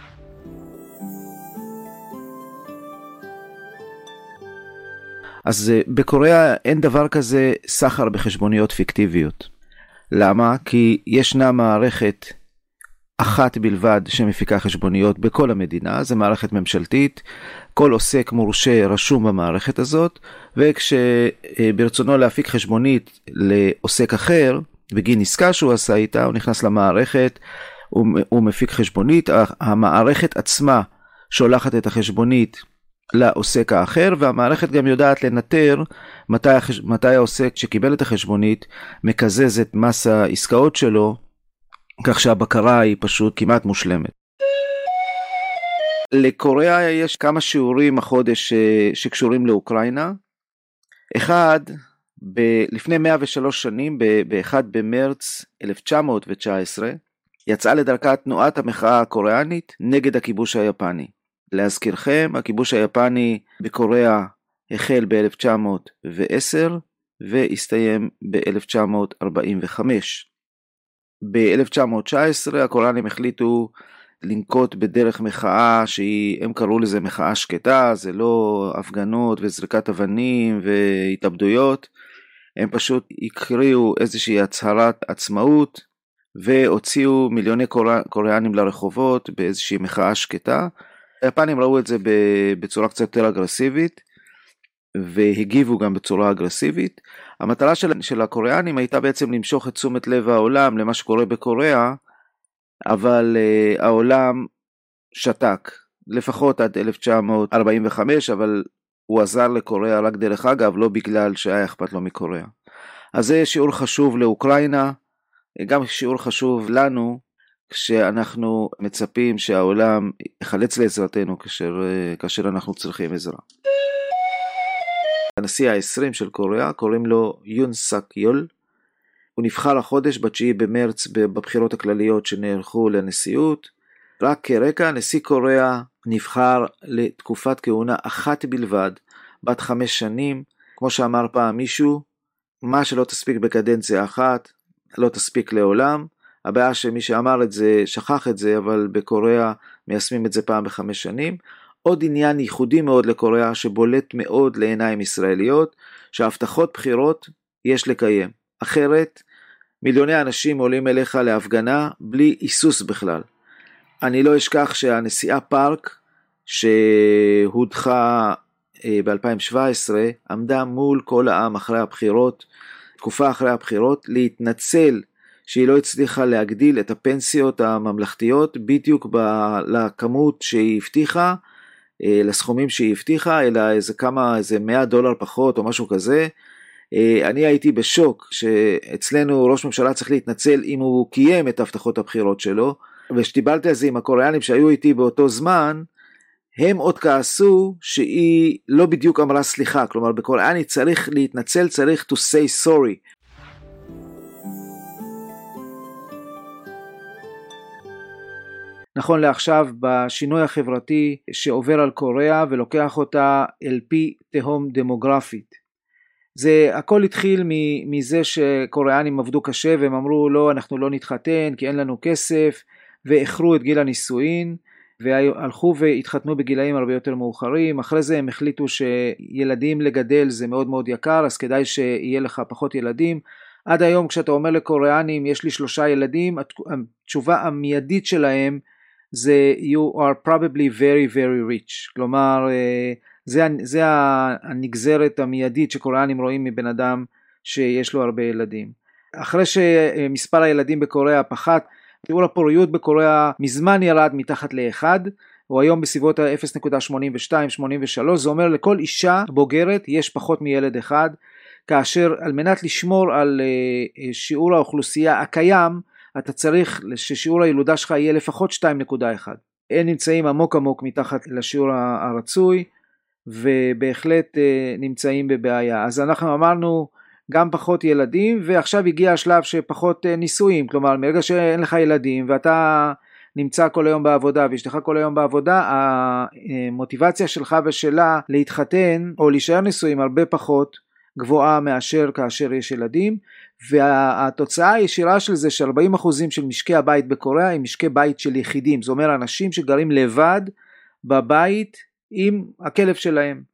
אז בקוריאה אין דבר כזה סחר בחשבוניות פיקטיביות. למה? כי ישנה מערכת אחת בלבד שמפיקה חשבוניות בכל המדינה, זו מערכת ממשלתית, כל עוסק מורשה רשום במערכת הזאת, וכשברצונו להפיק חשבונית לעוסק אחר, בגין עסקה שהוא עשה איתה, הוא נכנס למערכת, הוא, הוא מפיק חשבונית, המערכת עצמה שולחת את החשבונית לעוסק האחר, והמערכת גם יודעת לנטר מתי, מתי העוסק שקיבל את החשבונית מקזז את מס העסקאות שלו, כך שהבקרה היא פשוט כמעט מושלמת. לקוריאה יש כמה שיעורים החודש שקשורים לאוקראינה. אחד, ב- לפני מאה ושלוש שנים, ב-אחד במרץ אלף תשע מאות תשע עשרה, יצאה לדרכה תנועת המחאה הקוריאנית נגד הכיבוש היפני. להזכירכם, הכיבוש היפני בקוריאה החל ב-אלף תשע מאות ועשר והסתיים ב-אלף תשע מאות ארבעים וחמש. ב-אלף תשע מאות תשע עשרה הקוריאנים החליטו לנקוט בדרך מחאה שהם קראו לזה מחאה שקטה, זה לא הפגנות וזריקת אבנים והתאבדויות, הם פשוט הקריאו איזושהי הצהרת עצמאות והוציאו מיליוני קוריאנים לרחובות באיזושהי מחאה שקטה. היפנים ראו את זה בצורה קצת יותר אגרסיבית והגיבו גם בצורה אגרסיבית. המטרה של, של הקוריאנים הייתה בעצם למשוך את תשומת לב העולם למה שקורה בקוריאה, אבל uh, העולם שתק, לפחות עד אלף תשע מאות ארבעים וחמש, אבל הוא עזר לקוריאה רק דרך אגב, לא בגלל שהיה אכפת לו מקוריאה. אז זה שיעור חשוב לאוקראינה, גם שיעור חשוב לנו, כשאנחנו מצפים שהעולם יחלץ לעזרתנו כאשר, כאשר אנחנו צריכים עזרה. הנשיא ה-עשרים של קוריאה, קוראים לו יון סאק יול, הוא נבחר החודש בתשיעי במרץ בבחירות הכלליות שנערכו לנשיאות. רק כרקע, נשיא קוריאה נבחר לתקופת כהונה אחת בלבד, בת חמש שנים. כמו שאמר פעם מישהו, מה שלא תספיק בקדנציה אחת, לא תספיק לעולם. הבעיה שמי שאמר את זה שכח את זה, אבל בקוריאה מיישמים את זה פעם בחמש שנים. עוד עניין ייחודי מאוד לקוריאה שבולט מאוד לעיניים ישראליות, שהבטחות בחירות יש לקיים. אחרת, מיליוני אנשים עולים אליך להפגנה בלי היסוס בכלל. אני לא אשכח שהנשיאה פארק, שהודחה ב-אלפיים שבע עשרה, עמדה מול כל העם אחרי הבחירות, תקופה אחרי הבחירות, להתנצל שהיא לא הצליחה להגדיל את הפנסיות הממלכתיות, בדיוק ב- לכמות שהיא הבטיחה, לסכומים שהיא הבטיחה, אלא איזה כמה, איזה מאה דולר פחות או משהו כזה. אני הייתי בשוק שאצלנו ראש ממשלה צריך להתנצל אם הוא קיים את הבטחות הבחירות שלו, ושטיבלתי על זה עם הקוריאנים שהיו איתי באותו זמן, הם עוד כעסו שהיא לא בדיוק אמרה סליחה, כלומר בקוריאנית צריך להתנצל, צריך to say sorry. נכון לעכשיו, בשינוי החברתי שעובר על קוריאה ולוקח אותה אל פי תהום דמוגרפית. זה הכל התחיל מזה שקוריאנים עבדו קשה והם אמרו לא, אנחנו לא נתחתן כי אין לנו כסף, ואיחרו את גיל הנישואין והלכו והתחתנו בגילאים הרבה יותר מאוחרים. אחרי זה הם החליטו שילדים לגדל זה מאוד מאוד יקר, אז כדאי שיהיה לך פחות ילדים. עד היום כשאתה אומר לקוריאנים יש לי שלושה ילדים, התשובה המיידית שלהם זה you are probably very very rich, כלומר זה, זה הנגזרת המיידית שקוריאנים רואים מבן אדם שיש לו הרבה ילדים. אחרי שמספר הילדים בקוריאה פחת, שיעור הפוריות בקוריאה מזמן ירד מתחת לאחד, הוא היום בסביבות ה-אפס נקודה שמונים ושתיים שמונים ושלוש, זה אומר לכל אישה בוגרת יש פחות מילד אחד, כאשר על מנת לשמור על שיעור האוכלוסייה הקיים, אתה צריך ששיעור הילודה שלך יהיה לפחות שתיים נקודה אחת. הם נמצאים עמוק עמוק מתחת לשיעור הרצוי, ובהחלט נמצאים בבעיה. אז אנחנו אמרנו גם פחות ילדים, ועכשיו הגיע השלב שפחות נישואים, כלומר מרגע שאין לך ילדים ואתה נמצא כל היום בעבודה ואשתך כל היום בעבודה, המוטיבציה שלך ושלה להתחתן או להישאר נישואים הרבה פחות גבוהה מאשר כאשר יש ילדים, והתוצאה הישירה של זה ש-ארבעים אחוז של משקי הבית בקוריאה הם משקי בית של יחידים, זאת אומרת אנשים שגרים לבד בבית עם הכלב שלהם.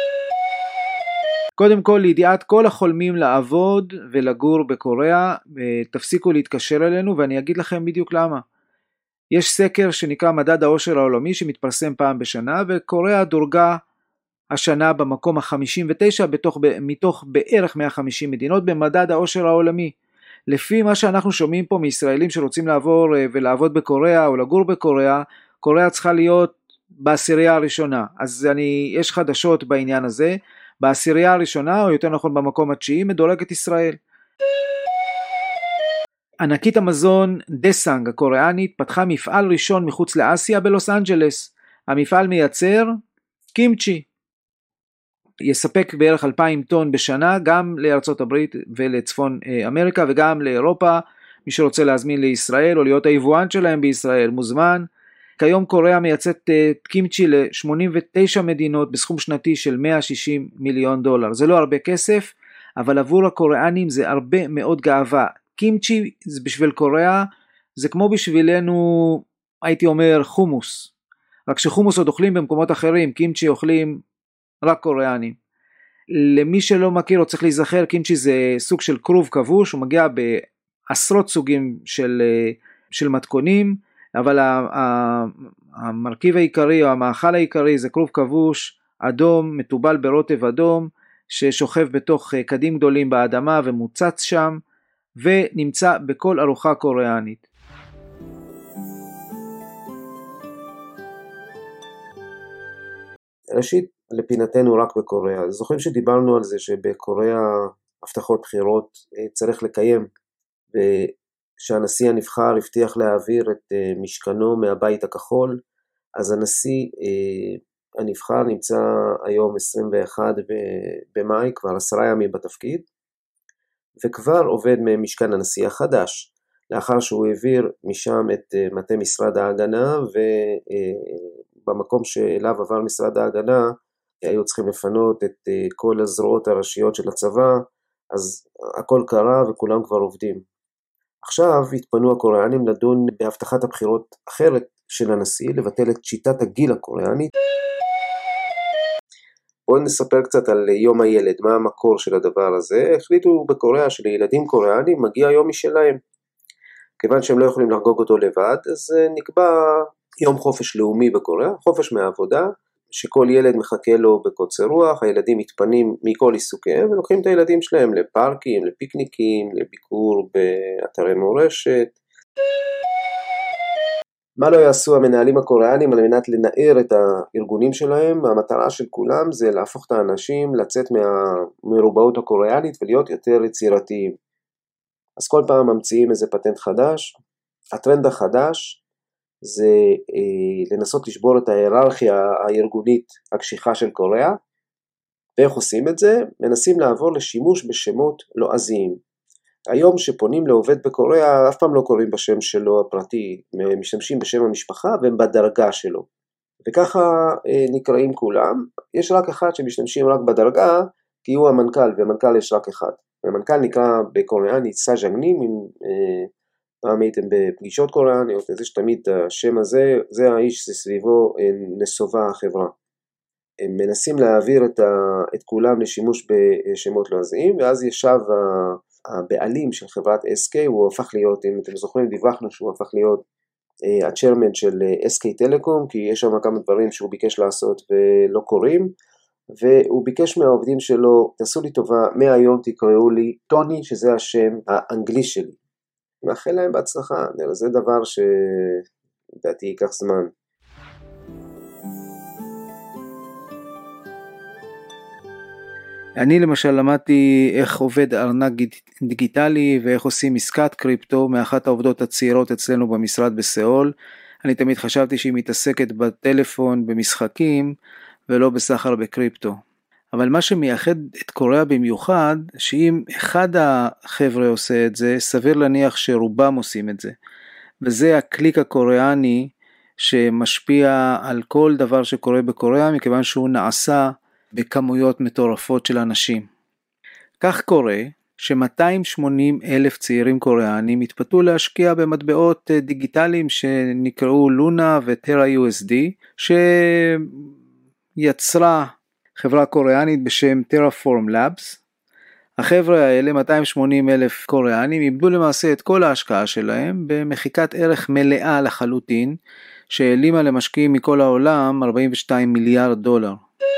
קודם כל, לידיעת כל החולמים לעבוד ולגור בקוריאה, תפסיקו להתקשר אלינו ואני אגיד לכם בדיוק למה. יש סקר שנקרא מדד העושר העולמי שמתפרסם פעם בשנה, וקוריאה דורגה השנה במקום ה-חמישים ותשע בתוך, מתוך בערך מאה וחמישים מדינות במדד העושר העולמי. לפי מה שאנחנו שומעים פה מישראלים שרוצים לעבור ולעבוד בקוריאה או לגור בקוריאה, קוריאה צריכה להיות בעשירייה הראשונה. אז אני, יש חדשות בעניין הזה. בעשירייה הראשונה, או יותר נכון במקום התשיעי, מדורגת ישראל. ענקית המזון דסאנג הקוריאנית פתחה מפעל ראשון מחוץ לאסיה בלוס אנג'לס. המפעל מייצר קימצ'י. יספק בערך אלפיים טון בשנה, גם לארצות הברית ולצפון אמריקה, וגם לאירופה. מי שרוצה להזמין לישראל או להיות היבואן שלהם בישראל מוזמן. כיום קוריאה מייצאת קימצ'י ל-שמונים ותשע מדינות בסכום שנתי של מאה ושישים מיליון דולר. זה לא הרבה כסף, אבל עבור הקוריאנים זה הרבה מאוד גאווה. קימצ'י זה בשביל קוריאה, זה כמו בשבילנו, הייתי אומר, חומוס. רק שחומוס עוד אוכלים במקומות אחרים, קימצ'י אוכלים רק קוריאנים. למי שלא מכיר או צריך להיזכר, קימצ'י זה סוג של כרוב כבוש, הוא מגיע בעשרות סוגים של, של מתכונים, אבל המרכיב העיקרי או המאכל העיקרי זה כרוב כבוש אדום מטובל ברוטב אדום ששוכב בתוך קדים גדולים באדמה ומוצץ שם ונמצא בכל ארוחה קוריאנית. ראשית, לפינתנו רק בקוריאה. זוכרים שדיברנו על זה שבקוריאה הבטחות בחירות צריך לקיים, שהנשיא הנבחר הבטיח להעביר את משכנו מהבית הכחול, אז הנשיא הנבחר נמצא היום עשרים ואחד במאי, כבר עשרה ימים בתפקיד, וכבר עובד ממשכן הנשיא החדש, לאחר שהוא העביר משם את מטה משרד ההגנה, ובמקום שאליו עבר משרד ההגנה, היו צריכים לפנות את כל הזרועות הראשיות של הצבא, אז הכל קרה וכולם כבר עובדים. עכשיו התפנו הקוריאנים לדון בהבטחת הבחירות אחרת של הנשיא, לבטל את שיטת הגיל הקוריאנית. בואו נספר קצת על יום הילד, מה המקור של הדבר הזה. החליטו בקוריאה שלילדים קוריאנים מגיע יום משלהם. כיוון שהם לא יכולים לחגוג אותו לבד, אז נקבע יום חופש לאומי בקוריאה, חופש מהעבודה, שכל ילד מחכה לו בקוצר רוח, הילדים מתפנים מכל עיסוקיהם, ולוקחים את הילדים שלהם לפארקים, לפיקניקים, לביקור באתרי מורשת. מה לא יעשו המנהלים הקוריאנים על מנת לנער את הארגונים שלהם? המטרה של כולם זה להפוך את האנשים לצאת מהמרובעות הקוריאנית ולהיות יותר יצירתיים. אז כל פעם ממציאים איזה פטנט חדש. הטרנד החדש זה אה, לנסות לשבור את ההיררכיה הארגונית הקשיחה של קוריאה. ואיך עושים את זה? מנסים לעבור לשימוש בשמות לועזיים. היום שפונים לעובד בקוריאה, אף פעם לא קוראים בשם שלו הפרטי, משתמשים בשם המשפחה והם בדרגה שלו. וככה אה, נקראים כולם. יש רק אחד שמשתמשים רק בדרגה, כי הוא המנכ"ל, והמנכ"ל יש רק אחד. המנכ"ל נקרא בקוריאנית סאז'אנגנים, אם אה, פעם הייתם בפגישות קוריאניות, זה שתמיד השם הזה, זה האיש שסביבו אה, נסובה החברה. הם מנסים להעביר את, ה, את כולם לשימוש בשמות לועזיים, ואז ישב הבעלים של חברת אס קיי, הוא הפך להיות, אם אתם זוכרים, דיווחנו שהוא הפך להיות uh, הצ'רמן של אס קיי טלקום, כי יש שם כמה דברים שהוא ביקש לעשות ולא קוראים, והוא ביקש מהעובדים שלו, תעשו לי טובה, מהיום תקראו לי טוני, שזה השם האנגלי שלי. מאחל להם בהצלחה, זה דבר שלדעתי ייקח זמן. אני למשל למדתי איך עובד ארנק דיגיטלי ואיך עושים עסקת קריפטו מאחת העובדות הצעירות אצלנו במשרד בסיאול. אני תמיד חשבתי שהיא מתעסקת בטלפון במשחקים ולא בסחר בקריפטו. אבל מה שמייחד את קוריאה במיוחד, שאם אחד החבר'ה עושה את זה, סביר להניח שרובם עושים את זה. וזה הקליק הקוריאני שמשפיע על כל דבר שקורה בקוריאה, מכיוון שהוא נעשה בכמויות מטורפות של אנשים. כך קורה ש-מאתיים ושמונים אלף צעירים קוריאנים התפתו להשקיע במטבעות דיגיטליים שנקראו לונה וטרה יו אס די, שיצרה חברה קוריאנית בשם Terraform Labs. החבר'ה האלה, מאתיים ושמונים אלף קוריאנים, איבדו למעשה את כל ההשקעה שלהם במחיקת ערך מלאה לחלוטין, שהעלימה למשקיעים מכל העולם ארבעים ושניים מיליארד דולר.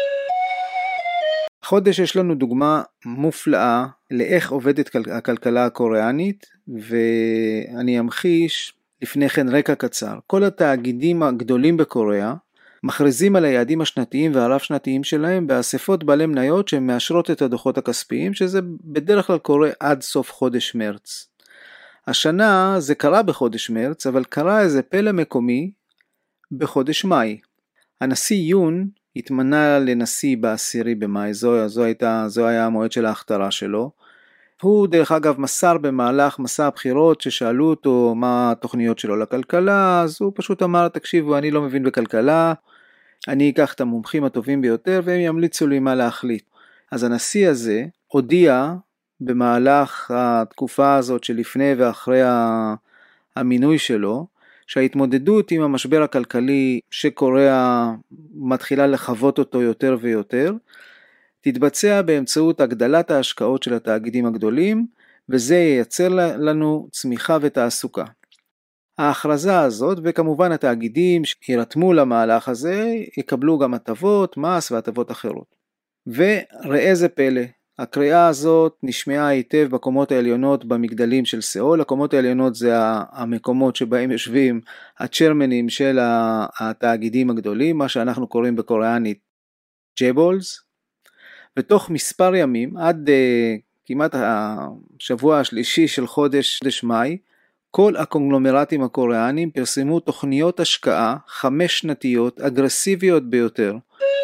חודש יש לנו דוגמה מופלאה לאיך עובדת הכלכלה הקוריאנית, ואני אמחיש לפני כן רקע קצר. כל התאגידים הגדולים בקוריאה מכריזים על היעדים השנתיים והרב שנתיים שלהם באספות בעלי מניות שהן מאשרות את הדוחות הכספיים, שזה בדרך כלל קורה עד סוף חודש מרץ. השנה זה קרה בחודש מרץ, אבל קרה איזה פלא מקומי בחודש מאי. הנשיא יון התמנה לנשיא בעשירי במאי, זו, זו, הייתה, זו היה המועד של ההכתרה שלו. הוא דרך אגב מסר במהלך מסע הבחירות ששאלו אותו מה התוכניות שלו לכלכלה, אז הוא פשוט אמר, תקשיבו, אני לא מבין בכלכלה, אני אקח את המומחים הטובים ביותר והם ימליצו לי מה להחליט. אז הנשיא הזה הודיע במהלך התקופה הזאת שלפני ואחרי המינוי שלו, שההתמודדות עם המשבר הכלכלי שקוריאה מתחילה לחוות אותו יותר ויותר, תתבצע באמצעות הגדלת ההשקעות של התאגידים הגדולים, וזה ייצר לנו צמיחה ותעסוקה. ההכרזה הזאת, וכמובן התאגידים שירתמו למהלך הזה, יקבלו גם הטבות, מס והטבות אחרות. וראה זה פלא, הקריאה הזאת נשמעה היטב בקומות העליונות במגדלים של סיאול. הקומות העליונות זה המקומות שבהם יושבים הצ'רמנים של התאגידים הגדולים, מה שאנחנו קוראים בקוריאנית ג'בולס. ותוך מספר ימים, עד uh, כמעט השבוע השלישי של חודש, חודש מאי, כל הקונגלומרטים הקוריאנים פרסמו תוכניות השקעה חמש שנתיות אגרסיביות ביותר.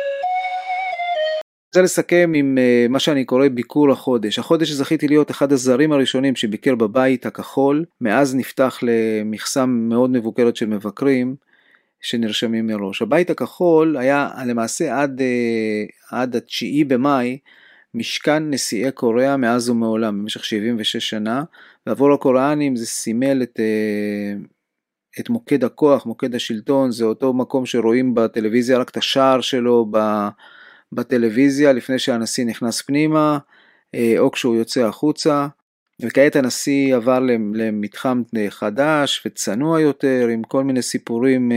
אני רוצה לסכם עם uh, מה שאני קורא ביקור החודש. החודש זכיתי להיות אחד הזרים הראשונים שביקר בבית הכחול, מאז נפתח למכסה מאוד מבוקרת של מבקרים שנרשמים מראש. הבית הכחול היה למעשה עד, uh, עד התשיעי במאי משכן נשיאי קוריאה מאז ומעולם, במשך שבעים ושש שנה, ועבור הקוריאנים זה סימל את, uh, את מוקד הכוח, מוקד השלטון, זה אותו מקום שרואים בטלוויזיה רק את השער שלו ב... בטלוויזיה לפני שהנשיא נכנס פנימה או כשהוא יוצא החוצה. וכעת הנשיא עבר למתחם חדש וצנוע יותר עם כל מיני סיפורים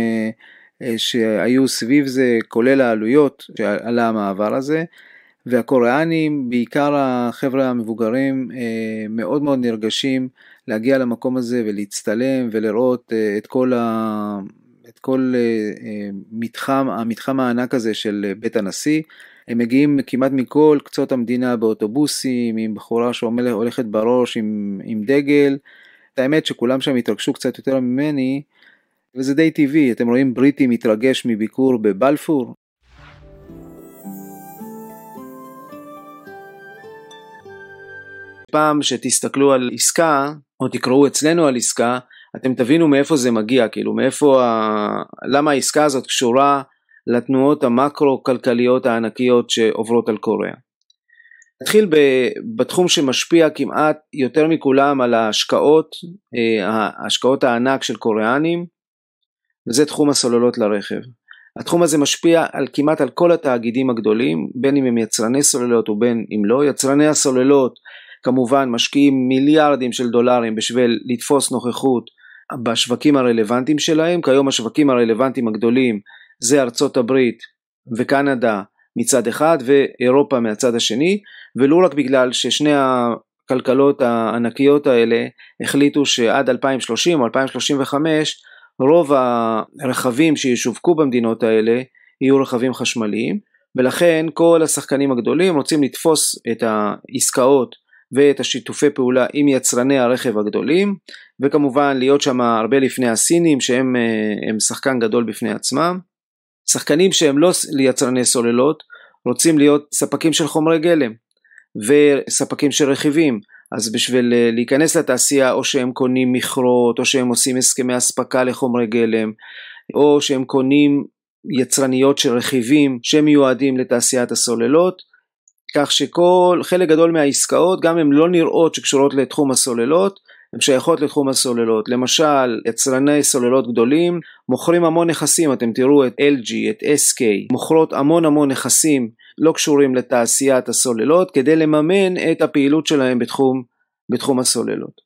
שהיו סביב זה, כולל העלויות שעלה המעבר הזה. והקוריאנים, בעיקר החבר'ה המבוגרים, מאוד מאוד נרגשים להגיע למקום הזה ולהצטלם ולראות את כל ה... את כל מתחם, המתחם הענק הזה של בית הנשיא. הם מגיעים כמעט מכל קצות המדינה באוטובוסים, עם בחורה שהולכת בראש עם, עם דגל. האמת שכולם שם התרגשו קצת יותר ממני, וזה די טבעי. אתם רואים בריטי מתרגש מביקור בבלפור. פעם שתסתכלו על עסקה, או תקראו אצלנו על עסקה, אתם תבינו מאיפה זה מגיע, כאילו מאיפה, ה... למה העסקה הזאת קשורה לתנועות המקרו-כלכליות הענקיות שעוברות על קוריאה. נתחיל בתחום שמשפיע כמעט יותר מכולם על ההשקעות, ההשקעות הענק של קוריאנים, וזה תחום הסוללות לרכב. התחום הזה משפיע על כמעט על כל התאגידים הגדולים, בין אם הם יצרני סוללות ובין אם לא. יצרני הסוללות כמובן משקיעים מיליארדים של דולרים בשביל לתפוס נוכחות בשווקים הרלוונטיים שלהם. כיום השווקים הרלוונטיים הגדולים זה ארצות הברית וקנדה מצד אחד ואירופה מהצד השני, ולא רק בגלל ששני הכלכלות הענקיות האלה החליטו שעד אלפיים ושלושים או אלפיים שלושים וחמש רוב הרכבים שישווקו במדינות האלה יהיו רכבים חשמליים, ולכן כל השחקנים הגדולים רוצים לתפוס את העסקאות ואת השיתופי פעולה עם יצרני הרכב הגדולים, וכמובן להיות שם הרבה לפני הסינים שהם הם שחקן גדול בפני עצמם. שחקנים שהם לא יצרני סוללות רוצים להיות ספקים של חומרי גלם וספקים של רכיבים, אז בשביל להיכנס לתעשייה או שהם קונים מכרות או שהם עושים הסכמי הספקה לחומרי גלם או שהם קונים יצרניות של רכיבים שמיועדים לתעשיית הסוללות, כך שכל חלק גדול מהעסקאות גם הם לא נראות שקשורות לתחום הסוללות, הן שייכות לתחום הסוללות. למשל יצרני סוללות גדולים מוכרים המון נכסים, אתם תראו את אל ג'י, את אס קיי, מוכרות המון המון נכסים לא קשורים לתעשיית הסוללות כדי לממן את הפעילות שלהם בתחום, בתחום הסוללות.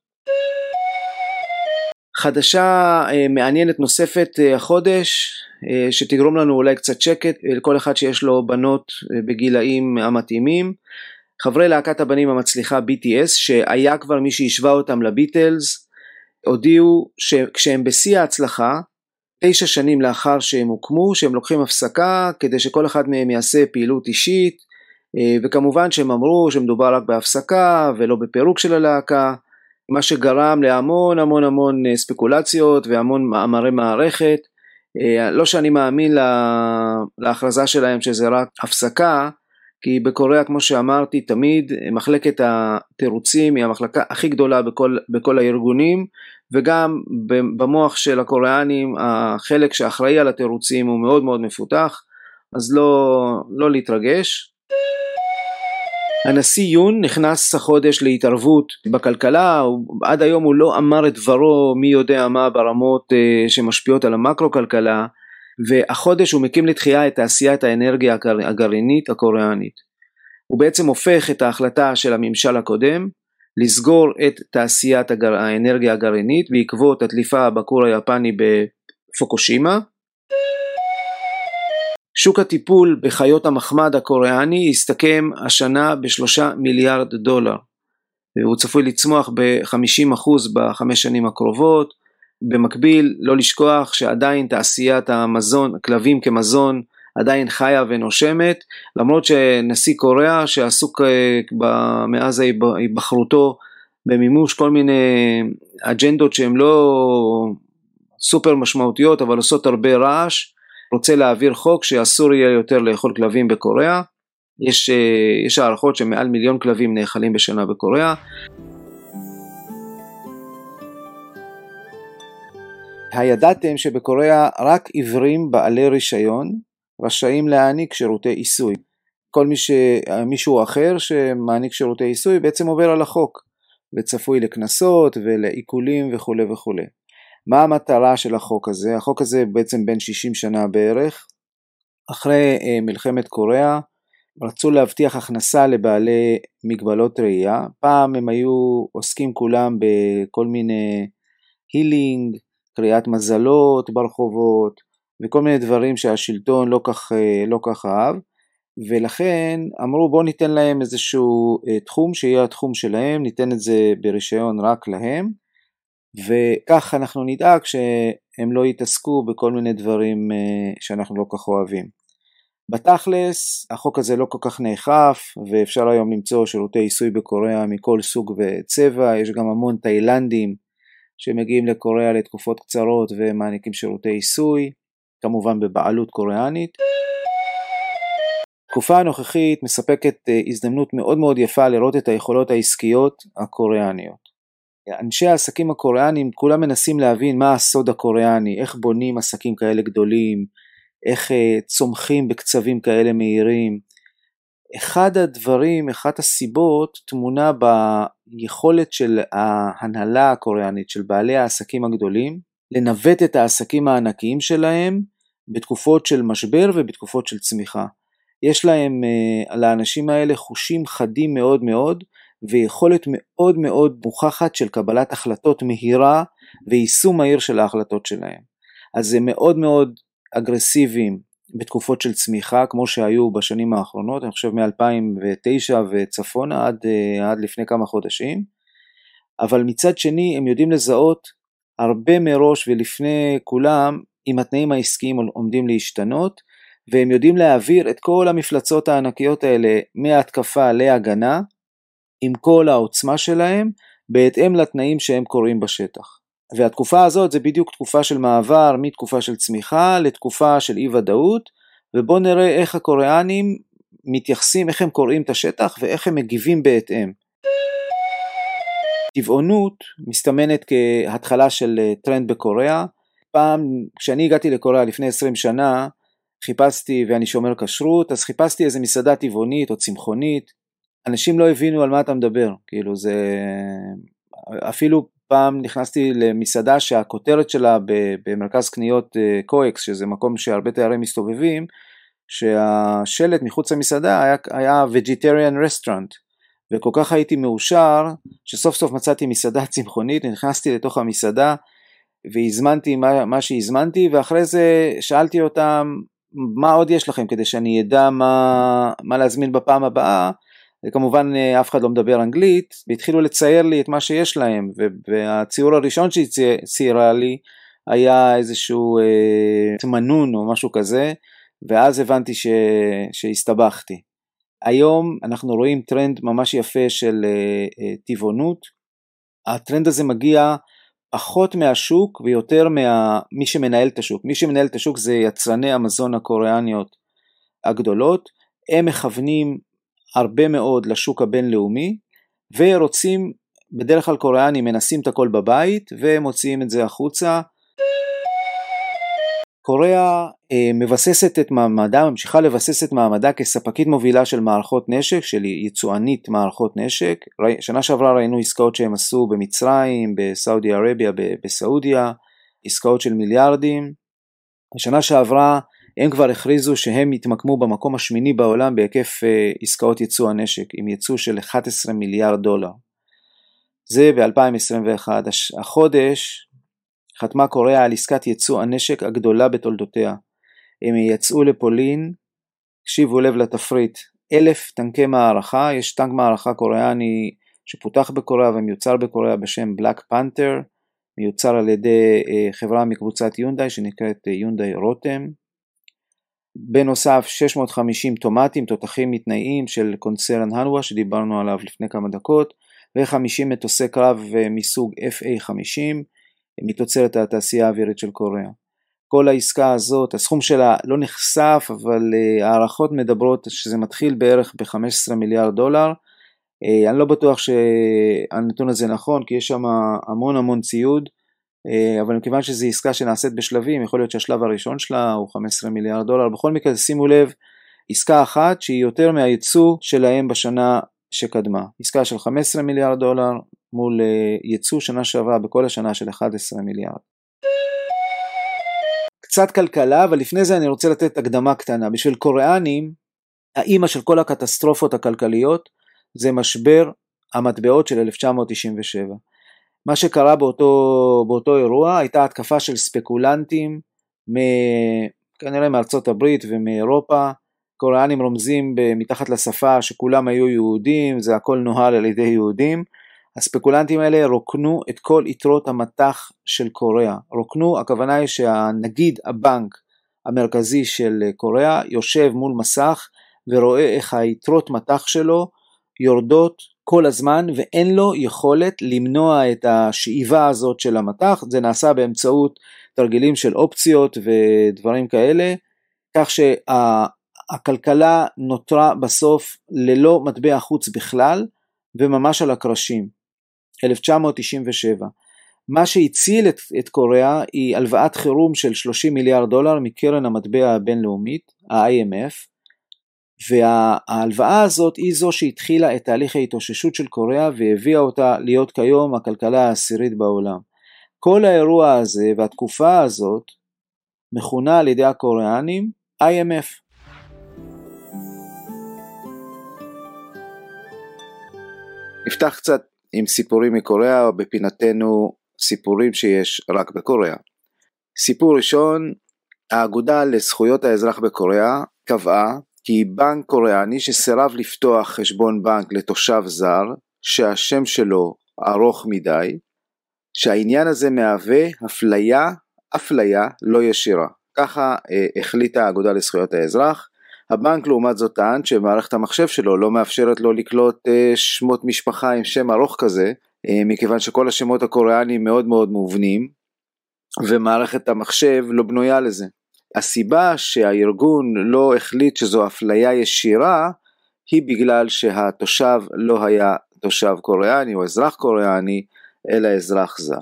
חדשה מעניינת נוספת החודש שתגרום לנו אולי קצת שקט לכל אחד שיש לו בנות בגילאים המתאימים. חברי להקת הבנים המצליחה בי טי אס, שהיה כבר מי שישווה אותם לביטלס, הודיעו שכשהם בשיא ההצלחה, תשע שנים לאחר שהם הוקמו, שהם לוקחים הפסקה כדי שכל אחד מהם יעשה פעילות אישית, וכמובן שהם אמרו שמדובר רק בהפסקה ולא בפירוק של הלהקה, מה שגרם להמון המון המון ספקולציות והמון מאמרי מערכת. לא שאני מאמין להכרזה שלהם שזה רק הפסקה, כי בקוריאה כמו שאמרתי תמיד מחלקת התירוצים היא המחלקה הכי גדולה בכל, בכל הארגונים, וגם במוח של הקוריאנים החלק שאחראי על התירוצים הוא מאוד מאוד מפותח, אז לא, לא להתרגש. הנשיא יון נכנס החודש להתערבות בכלכלה, עד היום הוא לא אמר את דברו מי יודע מה ברמות שמשפיעות על המקרו-כלכלה, והחודש הוא מקים לתחייה את תעשיית האנרגיה הגרעינית הקוריאנית. הוא בעצם הופך את ההחלטה של הממשל הקודם לסגור את תעשיית האנרגיה הגרעינית בעקבות הדליפה בכור היפני בפוקושימה. שוק הטיפול בחיות המחמד הקוריאני הסתכם השנה בשלושה מיליארד דולר, והוא צפוי לצמוח ב-חמישים אחוז בחמש שנים הקרובות. במקביל לא לשכוח שעדיין תעשיית המזון, כלבים כמזון, עדיין חיה ונושמת, למרות שנשיא קוריאה שעסוק מאז היבחרותו במימוש כל מיני אג'נדות שהן לא סופר משמעותיות אבל עושות הרבה רעש, רוצה להעביר חוק שאסור יהיה יותר לאכול כלבים בקוריאה. יש, יש הערכות שמעל מיליון כלבים נאכלים בשנה בקוריאה. הידעתם שבקוריאה רק עיוורים בעלי רישיון רשאים להעניק שירותי עיסוי? כל מי ש... מישהו אחר שמעניק שירותי עיסוי בעצם עובר על החוק וצפוי לכנסות ולעיקולים וכו' וכו'. מה המטרה של החוק הזה? החוק הזה בעצם בין שישים שנה בערך. אחרי מלחמת קוריאה רצו להבטיח הכנסה לבעלי מגבלות ראייה. פעם הם היו עוסקים כולם בכל מיני הילינג, קריאת מזלות ברחובות וכל מיני דברים שהשלטון לא כך, לא כך אהב, ולכן אמרו בוא ניתן להם איזשהו תחום שיהיה התחום שלהם, ניתן את זה ברישיון רק להם, וכך אנחנו נדאג שהם לא יתעסקו בכל מיני דברים שאנחנו לא כך אוהבים. בתכלס החוק הזה לא כל כך נאכף, ואפשר היום למצוא שירותי עיסוי בקוריאה מכל סוג וצבע. יש גם המון תאילנדים שמגיעים לקוריאה לתקופות קצרות ומעניקים שירותי עיסוי, כמובן בבעלות קוריאנית. התקופה הנוכחית מספקת הזדמנות מאוד מאוד יפה לראות את היכולות העסקיות הקוריאניות. אנשי העסקים הקוריאנים כולם מנסים להבין מה הסוד הקוריאני, איך בונים עסקים כאלה גדולים, איך צומחים בקצבים כאלה מהירים. אחד הדברים, אחת הסיבות תמונה ביכולת של ההנהלה הקוריאנית, של בעלי העסקים הגדולים, לנווט את העסקים הענקיים שלהם בתקופות של משבר ובתקופות של צמיחה. יש להם, לאנשים האלה, חושים חדים מאוד מאוד, ויכולת מאוד מאוד מוכחת של קבלת החלטות מהירה, ויישום מהיר של ההחלטות שלהם. אז זה מאוד מאוד אגרסיביים בתקופות של צמיחה, כמו שהיו בשנים האחרונות, אני חושב מ-אלפיים ותשע וצפונה עד, עד לפני כמה חודשים, אבל מצד שני הם יודעים לזהות הרבה מראש ולפני כולם, אם התנאים העסקיים עומדים להשתנות, והם יודעים להעביר את כל המפלצות הענקיות האלה מהתקפה להגנה, עם כל העוצמה שלהם, בהתאם לתנאים שהם קוראים בשטח. והתקופה הזאת זה בדיוק תקופה של מעבר, מתקופה של צמיחה לתקופה של אי ודאות, ובואו נראה איך הקוריאנים מתייחסים, איך הם קוראים את השטח ואיך הם מגיבים בהתאם. טבעונות מסתמנת כהתחלה של טרנד בקוריאה. פעם, כשאני הגעתי לקוריאה לפני עשרים שנה, חיפשתי, ואני שומר כשרות, אז חיפשתי איזה מסעדה טבעונית או צמחונית, אנשים לא הבינו על מה אתה מדבר, כאילו זה, אפילו פעם נכנסתי למסעדה שהכותרת שלה במרכז קניות קואקס, שזה מקום שהרבה תיירים מסתובבים, שהשלט מחוץ למסעדה היה, היה vegetarian restaurant, וכל כך הייתי מאושר, שסוף סוף מצאתי מסעדה צמחונית, נכנסתי לתוך המסעדה, והזמנתי מה, מה שהזמנתי, ואחרי זה שאלתי אותם, מה עוד יש לכם, כדי שאני ידע מה, מה להזמין בפעם הבאה, וכמובן אף אחד לא מדבר אנגלית, והתחילו לצייר לי את מה שיש להם, והציור הראשון שהיא ציירה לי, היה איזשהו אה, תמנון או משהו כזה, ואז הבנתי ש... שהסתבכתי. היום אנחנו רואים טרנד ממש יפה של אה, אה, טבעונות, הטרנד הזה מגיע פחות מהשוק ויותר ממי שמנהל את השוק, מי שמנהל את השוק זה יצרני המזון הקוריאניות הגדולות, הם מכוונים הרבה מאוד לשוק הבינלאומי, ורוצים, בדרך כלל קוריאנים מנסים את הכל בבית, ומוציאים את זה החוצה. קוריאה אה, מבססת את מעמדה, ממשיכה לבסס את מעמדה כספקית מובילה של מערכות נשק, של יצואנית מערכות נשק. שנה שעברה ראינו עסקאות שהם עשו במצרים, בסעודיה ערביה, בסעודיה, עסקאות של מיליארדים. בשנה שעברה הם כבר הכריזו שהם יתמקמו במקום השמיני בעולם בהיקף עסקאות ייצוא הנשק, עם ייצוא של אחד עשר מיליארד דולר. זה ב-אלפיים עשרים ואחת. החודש חתמה קוריאה על עסקת ייצוא הנשק הגדולה בתולדותיה. הם יצאו לפולין, הקשיבו לב לתפריט, אלף טנקי מערכה, יש טנק מערכה קוריאני שפותח בקוריאה ומיוצר בקוריאה בשם בלק פנתר, מיוצר על ידי חברה מקבוצת יונדאי שנקראת יונדאי רותם. בנוסף שש מאות וחמישים טומטים, תותחים מתנאים של קונצרן הנווה שדיברנו עליו לפני כמה דקות, ו-חמישים מטוסי קרב מסוג אף איי חמישים מתוצרת התעשייה האווירית של קוריאה. כל העסקה הזאת, הסכום שלה לא נחשף, אבל הערכות מדברות שזה מתחיל בערך ב-חמישה עשר מיליארד דולר. אני לא בטוח שהנתון הזה נכון, כי יש שם המון המון ציוד, אבל מכיוון שזו עסקה שנעשית בשלבים, יכול להיות שהשלב הראשון שלה הוא חמישה עשר מיליארד דולר. בכל מקרה שימו לב, עסקה אחת שהיא יותר מהייצוא שלהם בשנה שקדמה. עסקה של חמישה עשר מיליארד דולר מול ייצוא שנה שעברה בכל השנה של אחד עשר מיליארד. קצת כלכלה, אבל לפני זה אני רוצה לתת הקדמה קטנה. בשביל קוריאנים, האמא של כל הקטסטרופות הכלכליות זה משבר המטבעות של אלף תשע מאות תשעים ושבע. מה שקרה באותו, באותו אירוע הייתה התקפה של ספקולנטים, כנראה מארצות הברית ומאירופה. קוריאנים רומזים מתחת לשפה שכולם היו יהודים, זה הכל נוהל על ידי יהודים. הספקולנטים האלה רוקנו את כל יתרות המטח של קוריאה. רוקנו, הכוונה היא שהנגיד הבנק המרכזי של קוריאה יושב מול מסך ורואה איך היתרות מטח שלו יורדות כל הזמן, ואין לו יכולת למנוע את השאיבה הזאת של המטח. זה נעשה באמצעות תרגילים של אופציות ודברים כאלה, כך שהכלכלה נותרה בסוף ללא מטבע חוץ בכלל, וממש על הקרשים. אלף תשע מאות תשעים ושבע. מה שהציל את, את קוריאה היא הלוואת חירום של שלושים מיליארד דולר מקרן המטבע הבינלאומית, ה-איי אם אף, וההלוואה הזאת היא זו שהתחילה את תהליך ההתאוששות של קוריאה והביאה אותה להיות כיום הכלכלה העשירית בעולם. כל האירוע הזה והתקופה הזאת מכונה על ידי הקוריאנים איי אם אף. נפתח קצת עם סיפורים מקוריאה, בפינתנו סיפורים שיש רק בקוריאה. סיפור ראשון, האגודה לזכויות האזרח בקוריאה קבעה כי בנק קוריאני שסירב לפתוח חשבון בנק לתושב זר שהשם שלו ארוך מדי, שהעניין הזה מהווה אפליה, אפליה לא ישירה. ככה אה, החליטה האגודה לזכויות האזרח. הבנק לעומת זאת טען שמערכת המחשב שלו לא מאפשרת לו לקלוט אה, שמות משפחה עם שם ארוך כזה, אה, מכיוון שכל השמות הקוריאנים מאוד מאוד מובנים, ומערכת המחשב לא בנויה לזה. הסיבה שהארגון לא החליט שזו אפליה ישירה, היא בגלל שהתושב לא היה תושב קוריאני או אזרח קוריאני, אלא אזרח זר.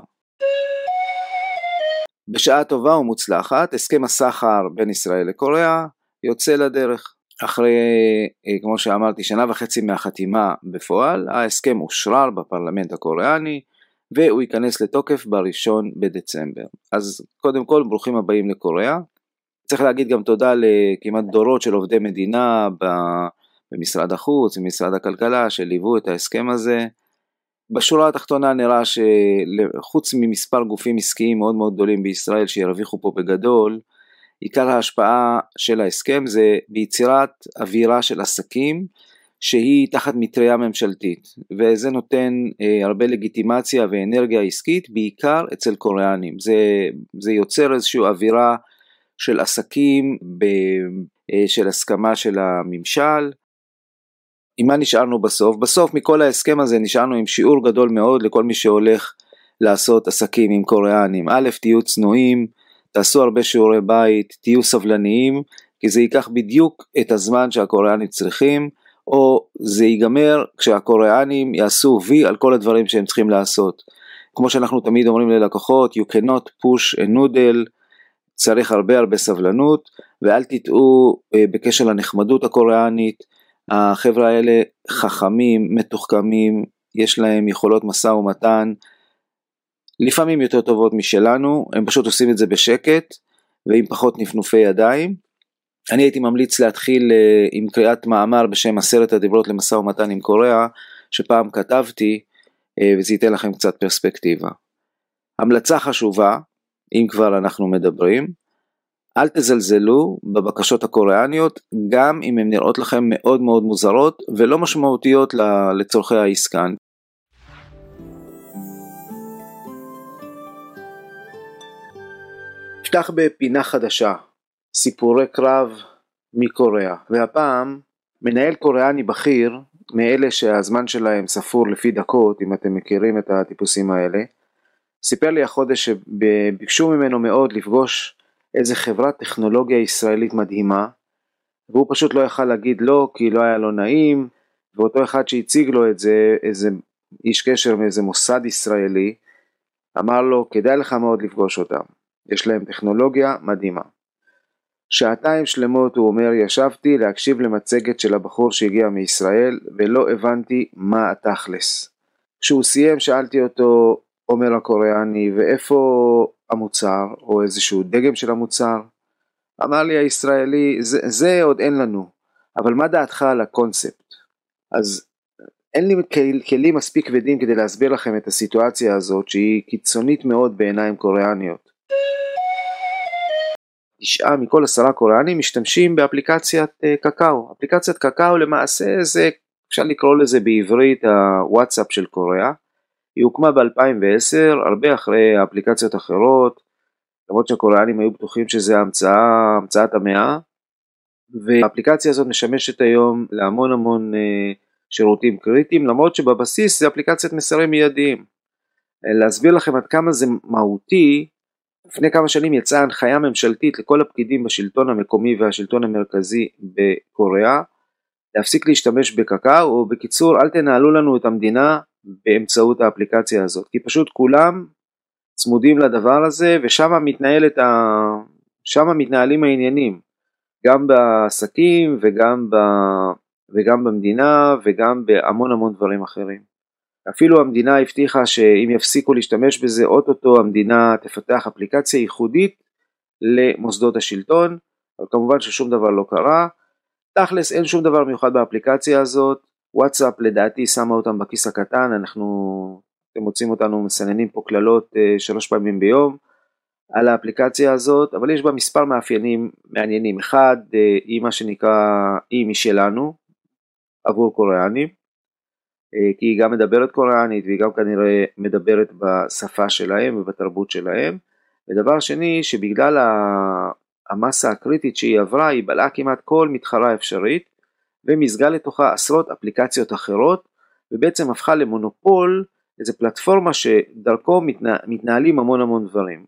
בשעה טובה ומוצלחת, הסכם הסחר בין ישראל לקוריאה יוצא לדרך. אחרי, כמו שאמרתי, שנה וחצי מהחתימה בפועל, ההסכם אושרר בפרלמנט הקוריאני, והוא ייכנס לתוקף בראשון בדצמבר. אז קודם כל, ברוכים הבאים לקוריאה. צריך להגיד גם תודה לכמעט דורות של עובדי מדינה במשרד החוץ, במשרד הכלכלה, שליוו את ההסכם הזה. בשורה התחתונה נראה שחוץ ממספר גופים עסקיים מאוד מאוד גדולים בישראל שירוויחו פה בגדול, עיקר ההשפעה של ההסכם זה ביצירת אווירה של עסקים שהיא תחת מטריה ממשלתית, וזה נותן אה, הרבה לגיטימציה ואנרגיה עסקית, בעיקר אצל קוריאנים. זה, זה יוצר איזושהי אווירה של עסקים, ב, אה, של הסכמה של הממשל. עם מה נשארנו בסוף? בסוף מכל ההסכם הזה נשארנו עם שיעור גדול מאוד לכל מי שהולך לעשות עסקים עם קוריאנים. א', תהיו צנועים, תעשו הרבה שיעורי בית, תהיו סבלניים, כי זה ייקח בדיוק את הזמן שהקוריאנים צריכים, או זה ייגמר כשהקוריאנים יעשו וי על כל הדברים שהם צריכים לעשות. כמו שאנחנו תמיד אומרים ללקוחות, you cannot push a noodle, צריך הרבה הרבה סבלנות, ואל תטעו בקשר לנחמדות הקוריאנית. החבר'ה האלה חכמים, מתוחכמים, יש להם יכולות משא ומתן, לפעמים יותר טובות משלנו, הם פשוט עושים את זה בשקט, ועם פחות נפנופי ידיים. אני הייתי ממליץ להתחיל עם קריאת מאמר בשם עשרת הדיברות למשא ומתן עם קוריאה, שפעם כתבתי, וזה ייתן לכם קצת פרספקטיבה. המלצה חשובה, אם כבר אנחנו מדברים, אל תזלזלו בבקשות הקוריאניות, גם אם הן נראות לכם מאוד מאוד מוזרות, ולא משמעותיות לצורכי העסקה. נפתח בפינה חדשה, סיפורי קרב מקוריאה, והפעם מנהל קוריאני בכיר, מאלה שהזמן שלהם ספור לפי דקות, אם אתם מכירים את הטיפוסים האלה, סיפר לי החודש שביקשו ממנו מאוד לפגוש איזה חברת טכנולוגיה ישראלית מדהימה, והוא פשוט לא יכל להגיד לא, כי לא היה לו נעים, ואותו אחד שהציג לו את זה, איזה איש קשר מאיזה מוסד ישראלי, אמר לו, כדאי לך מאוד לפגוש אותם, יש להם טכנולוגיה מדהימה. שעתיים שלמות הוא אומר, ישבתי להקשיב למצגת של הבחור שהגיע מישראל, ולא הבנתי מה התכלס. כשהוא סיים שאלתי אותו, אומר הקוריאני, ואיפה המוצר, או איזשהו דגם של המוצר? אמר לי הישראלי, זה, זה עוד אין לנו, אבל מה דעתך על הקונספט? אז אין לי כלים מספיק כבדים כדי להסביר לכם את הסיטואציה הזאת, שהיא קיצונית מאוד בעיניים קוריאניות. תשעה מכל עשרה קוריאנים משתמשים באפליקציית קקאו. אפליקציית קקאו למעשה זה, אפשר לקרוא לזה בעברית הוואטסאפ של קוריאה. היא הוקמה ב-אלפיים ועשר, הרבה אחרי האפליקציות אחרות, למרות שהקוריאנים היו בטוחים שזה המצאה, המצאת המאה, והאפליקציה הזאת משמשת היום להמון המון שירותים קריטיים, למרות שבבסיס זה אפליקציית מסרים מיידיים. להסביר לכם עד כמה זה מהותי, לפני כמה שנים יצאה הנחיה ממשלתית לכל הפקידים בשלטון המקומי והשלטון המרכזי בקוריאה, להפסיק להשתמש בקקאו, או בקיצור אל תנהלו לנו את המדינה באמצעות האפליקציה הזאת, כי פשוט כולם צמודים לדבר הזה, ושם מתנהל את ה... שם מתנהלים העניינים. גם בעסקים וגם, ב, וגם במדינה וגם בהמון המון דברים אחרים. אפילו המדינה הבטיחה שאם יפסיקו להשתמש בזה, אוטוטו המדינה תפתח אפליקציה ייחודית למוסדות השלטון, אבל כמובן ששום דבר לא קרה. תכלס אין שום דבר מיוחד באפליקציה הזאת. וואטסאפ לדעתי שמה אותם בכיס הקטן, אנחנו, אתם מוצאים אותנו מסננים פה כללות שלוש פעמים ביום על האפליקציה הזאת, אבל יש בה מספר מאפיינים מעניינים. אחד, היא מה שנקרא, היא משלנו, עבור קוריאנים, כי היא גם מדברת קוריאנית, והיא גם כנראה מדברת בשפה שלהם ובתרבות שלהם. ודבר שני, שבגלל המסה הקריטית שהיא עברה, היא בלעה כמעט כל מתחרה אפשרית, ומזגה לתוכה עשרות אפליקציות אחרות, ובעצם הפכה למונופול, איזו פלטפורמה שדרכו מתנה, מתנהלים המון המון דברים.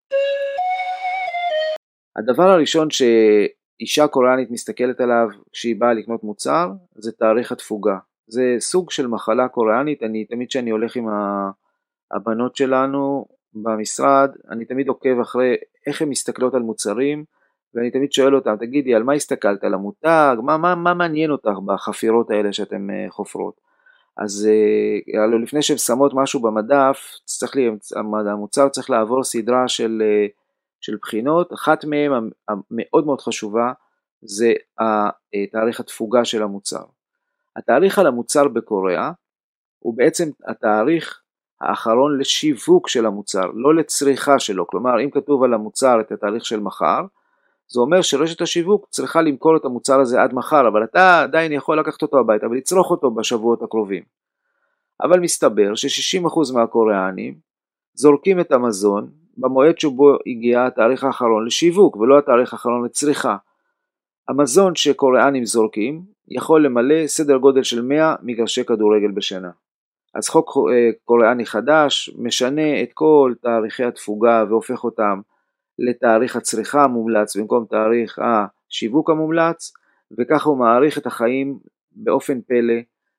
הדבר הראשון שאישה קוריאנית מסתכלת עליו כשהיא באה לקנות מוצר, זה תאריך התפוגה. זה סוג של מחלה קוריאנית. אני תמיד שאני הולך עם הבנות שלנו במשרד, אני תמיד עוקב אחרי איך הן מסתכלות על מוצרים, ואני תמיד שואל אותם, תגידי, על מה הסתכלת? על המותג? מה, מה, מה מעניין אותך בחפירות האלה שאתם חופרות? אז uh, לפני שהן שמות משהו במדף, צריך לי, המוצר צריך לעבור סדרה של, של בחינות. אחת מהן המאוד מאוד חשובה, זה תאריך התפוגה של המוצר. התאריך על המוצר בקוריאה, הוא בעצם התאריך האחרון לשיווק של המוצר, לא לצריכה שלו. כלומר, אם כתוב על המוצר את התאריך של מחר, זה אומר שרשת השיווק צריכה למכור את המוצר הזה עד מחר, אבל אתה עדיין יכול לקחת אותו הביתה ולצרוך אותו בשבועות הקרובים. אבל מסתבר ש-שישים אחוז מהקוריאנים זורקים את המזון במועד שבו הגיע התאריך האחרון לשיווק, ולא התאריך האחרון לצריכה. המזון שקוריאנים זורקים יכול למלא סדר גודל של מאה מגרשי כדורגל בשנה. אז חוק קוריאני חדש משנה את כל תאריכי התפוגה והופך אותם לתאריך הצריכה המומלץ במקום תאריך השיווק המומלץ, וככה הוא מעריך את החיים באופן פלא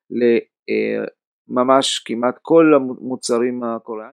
לממש כמעט כל המוצרים הקוריאנים.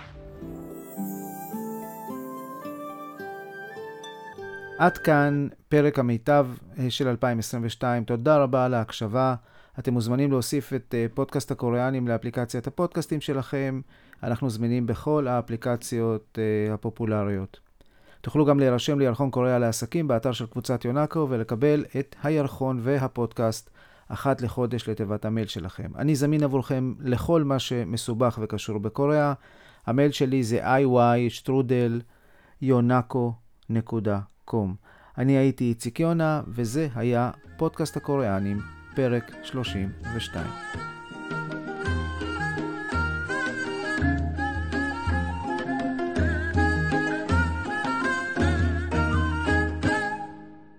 עד כאן פרק המיטב של אלפיים עשרים ושתיים. תודה רבה על ההקשבה. אתם מוזמנים להוסיף את פודקאסט הקוריאנים לאפליקציית הפודקאסטים שלכם. אנחנו זמינים בכל האפליקציות הפופולריות. תוכלו גם להירשם לירחון קוריאה לעסקים באתר של קבוצת יונאקו ולקבל את הירחון והפודקאסט אחת לחודש לתיבת המייל שלכם. אני זמין עבורכם לכל מה שמסובך וקשור בקוריאה. המייל שלי זה איי וואי שטרודל יונאקו נקודה קום. אני הייתי איציק יונה וזה היה פודקאסט הקוריאנים פרק שלושים ושתיים.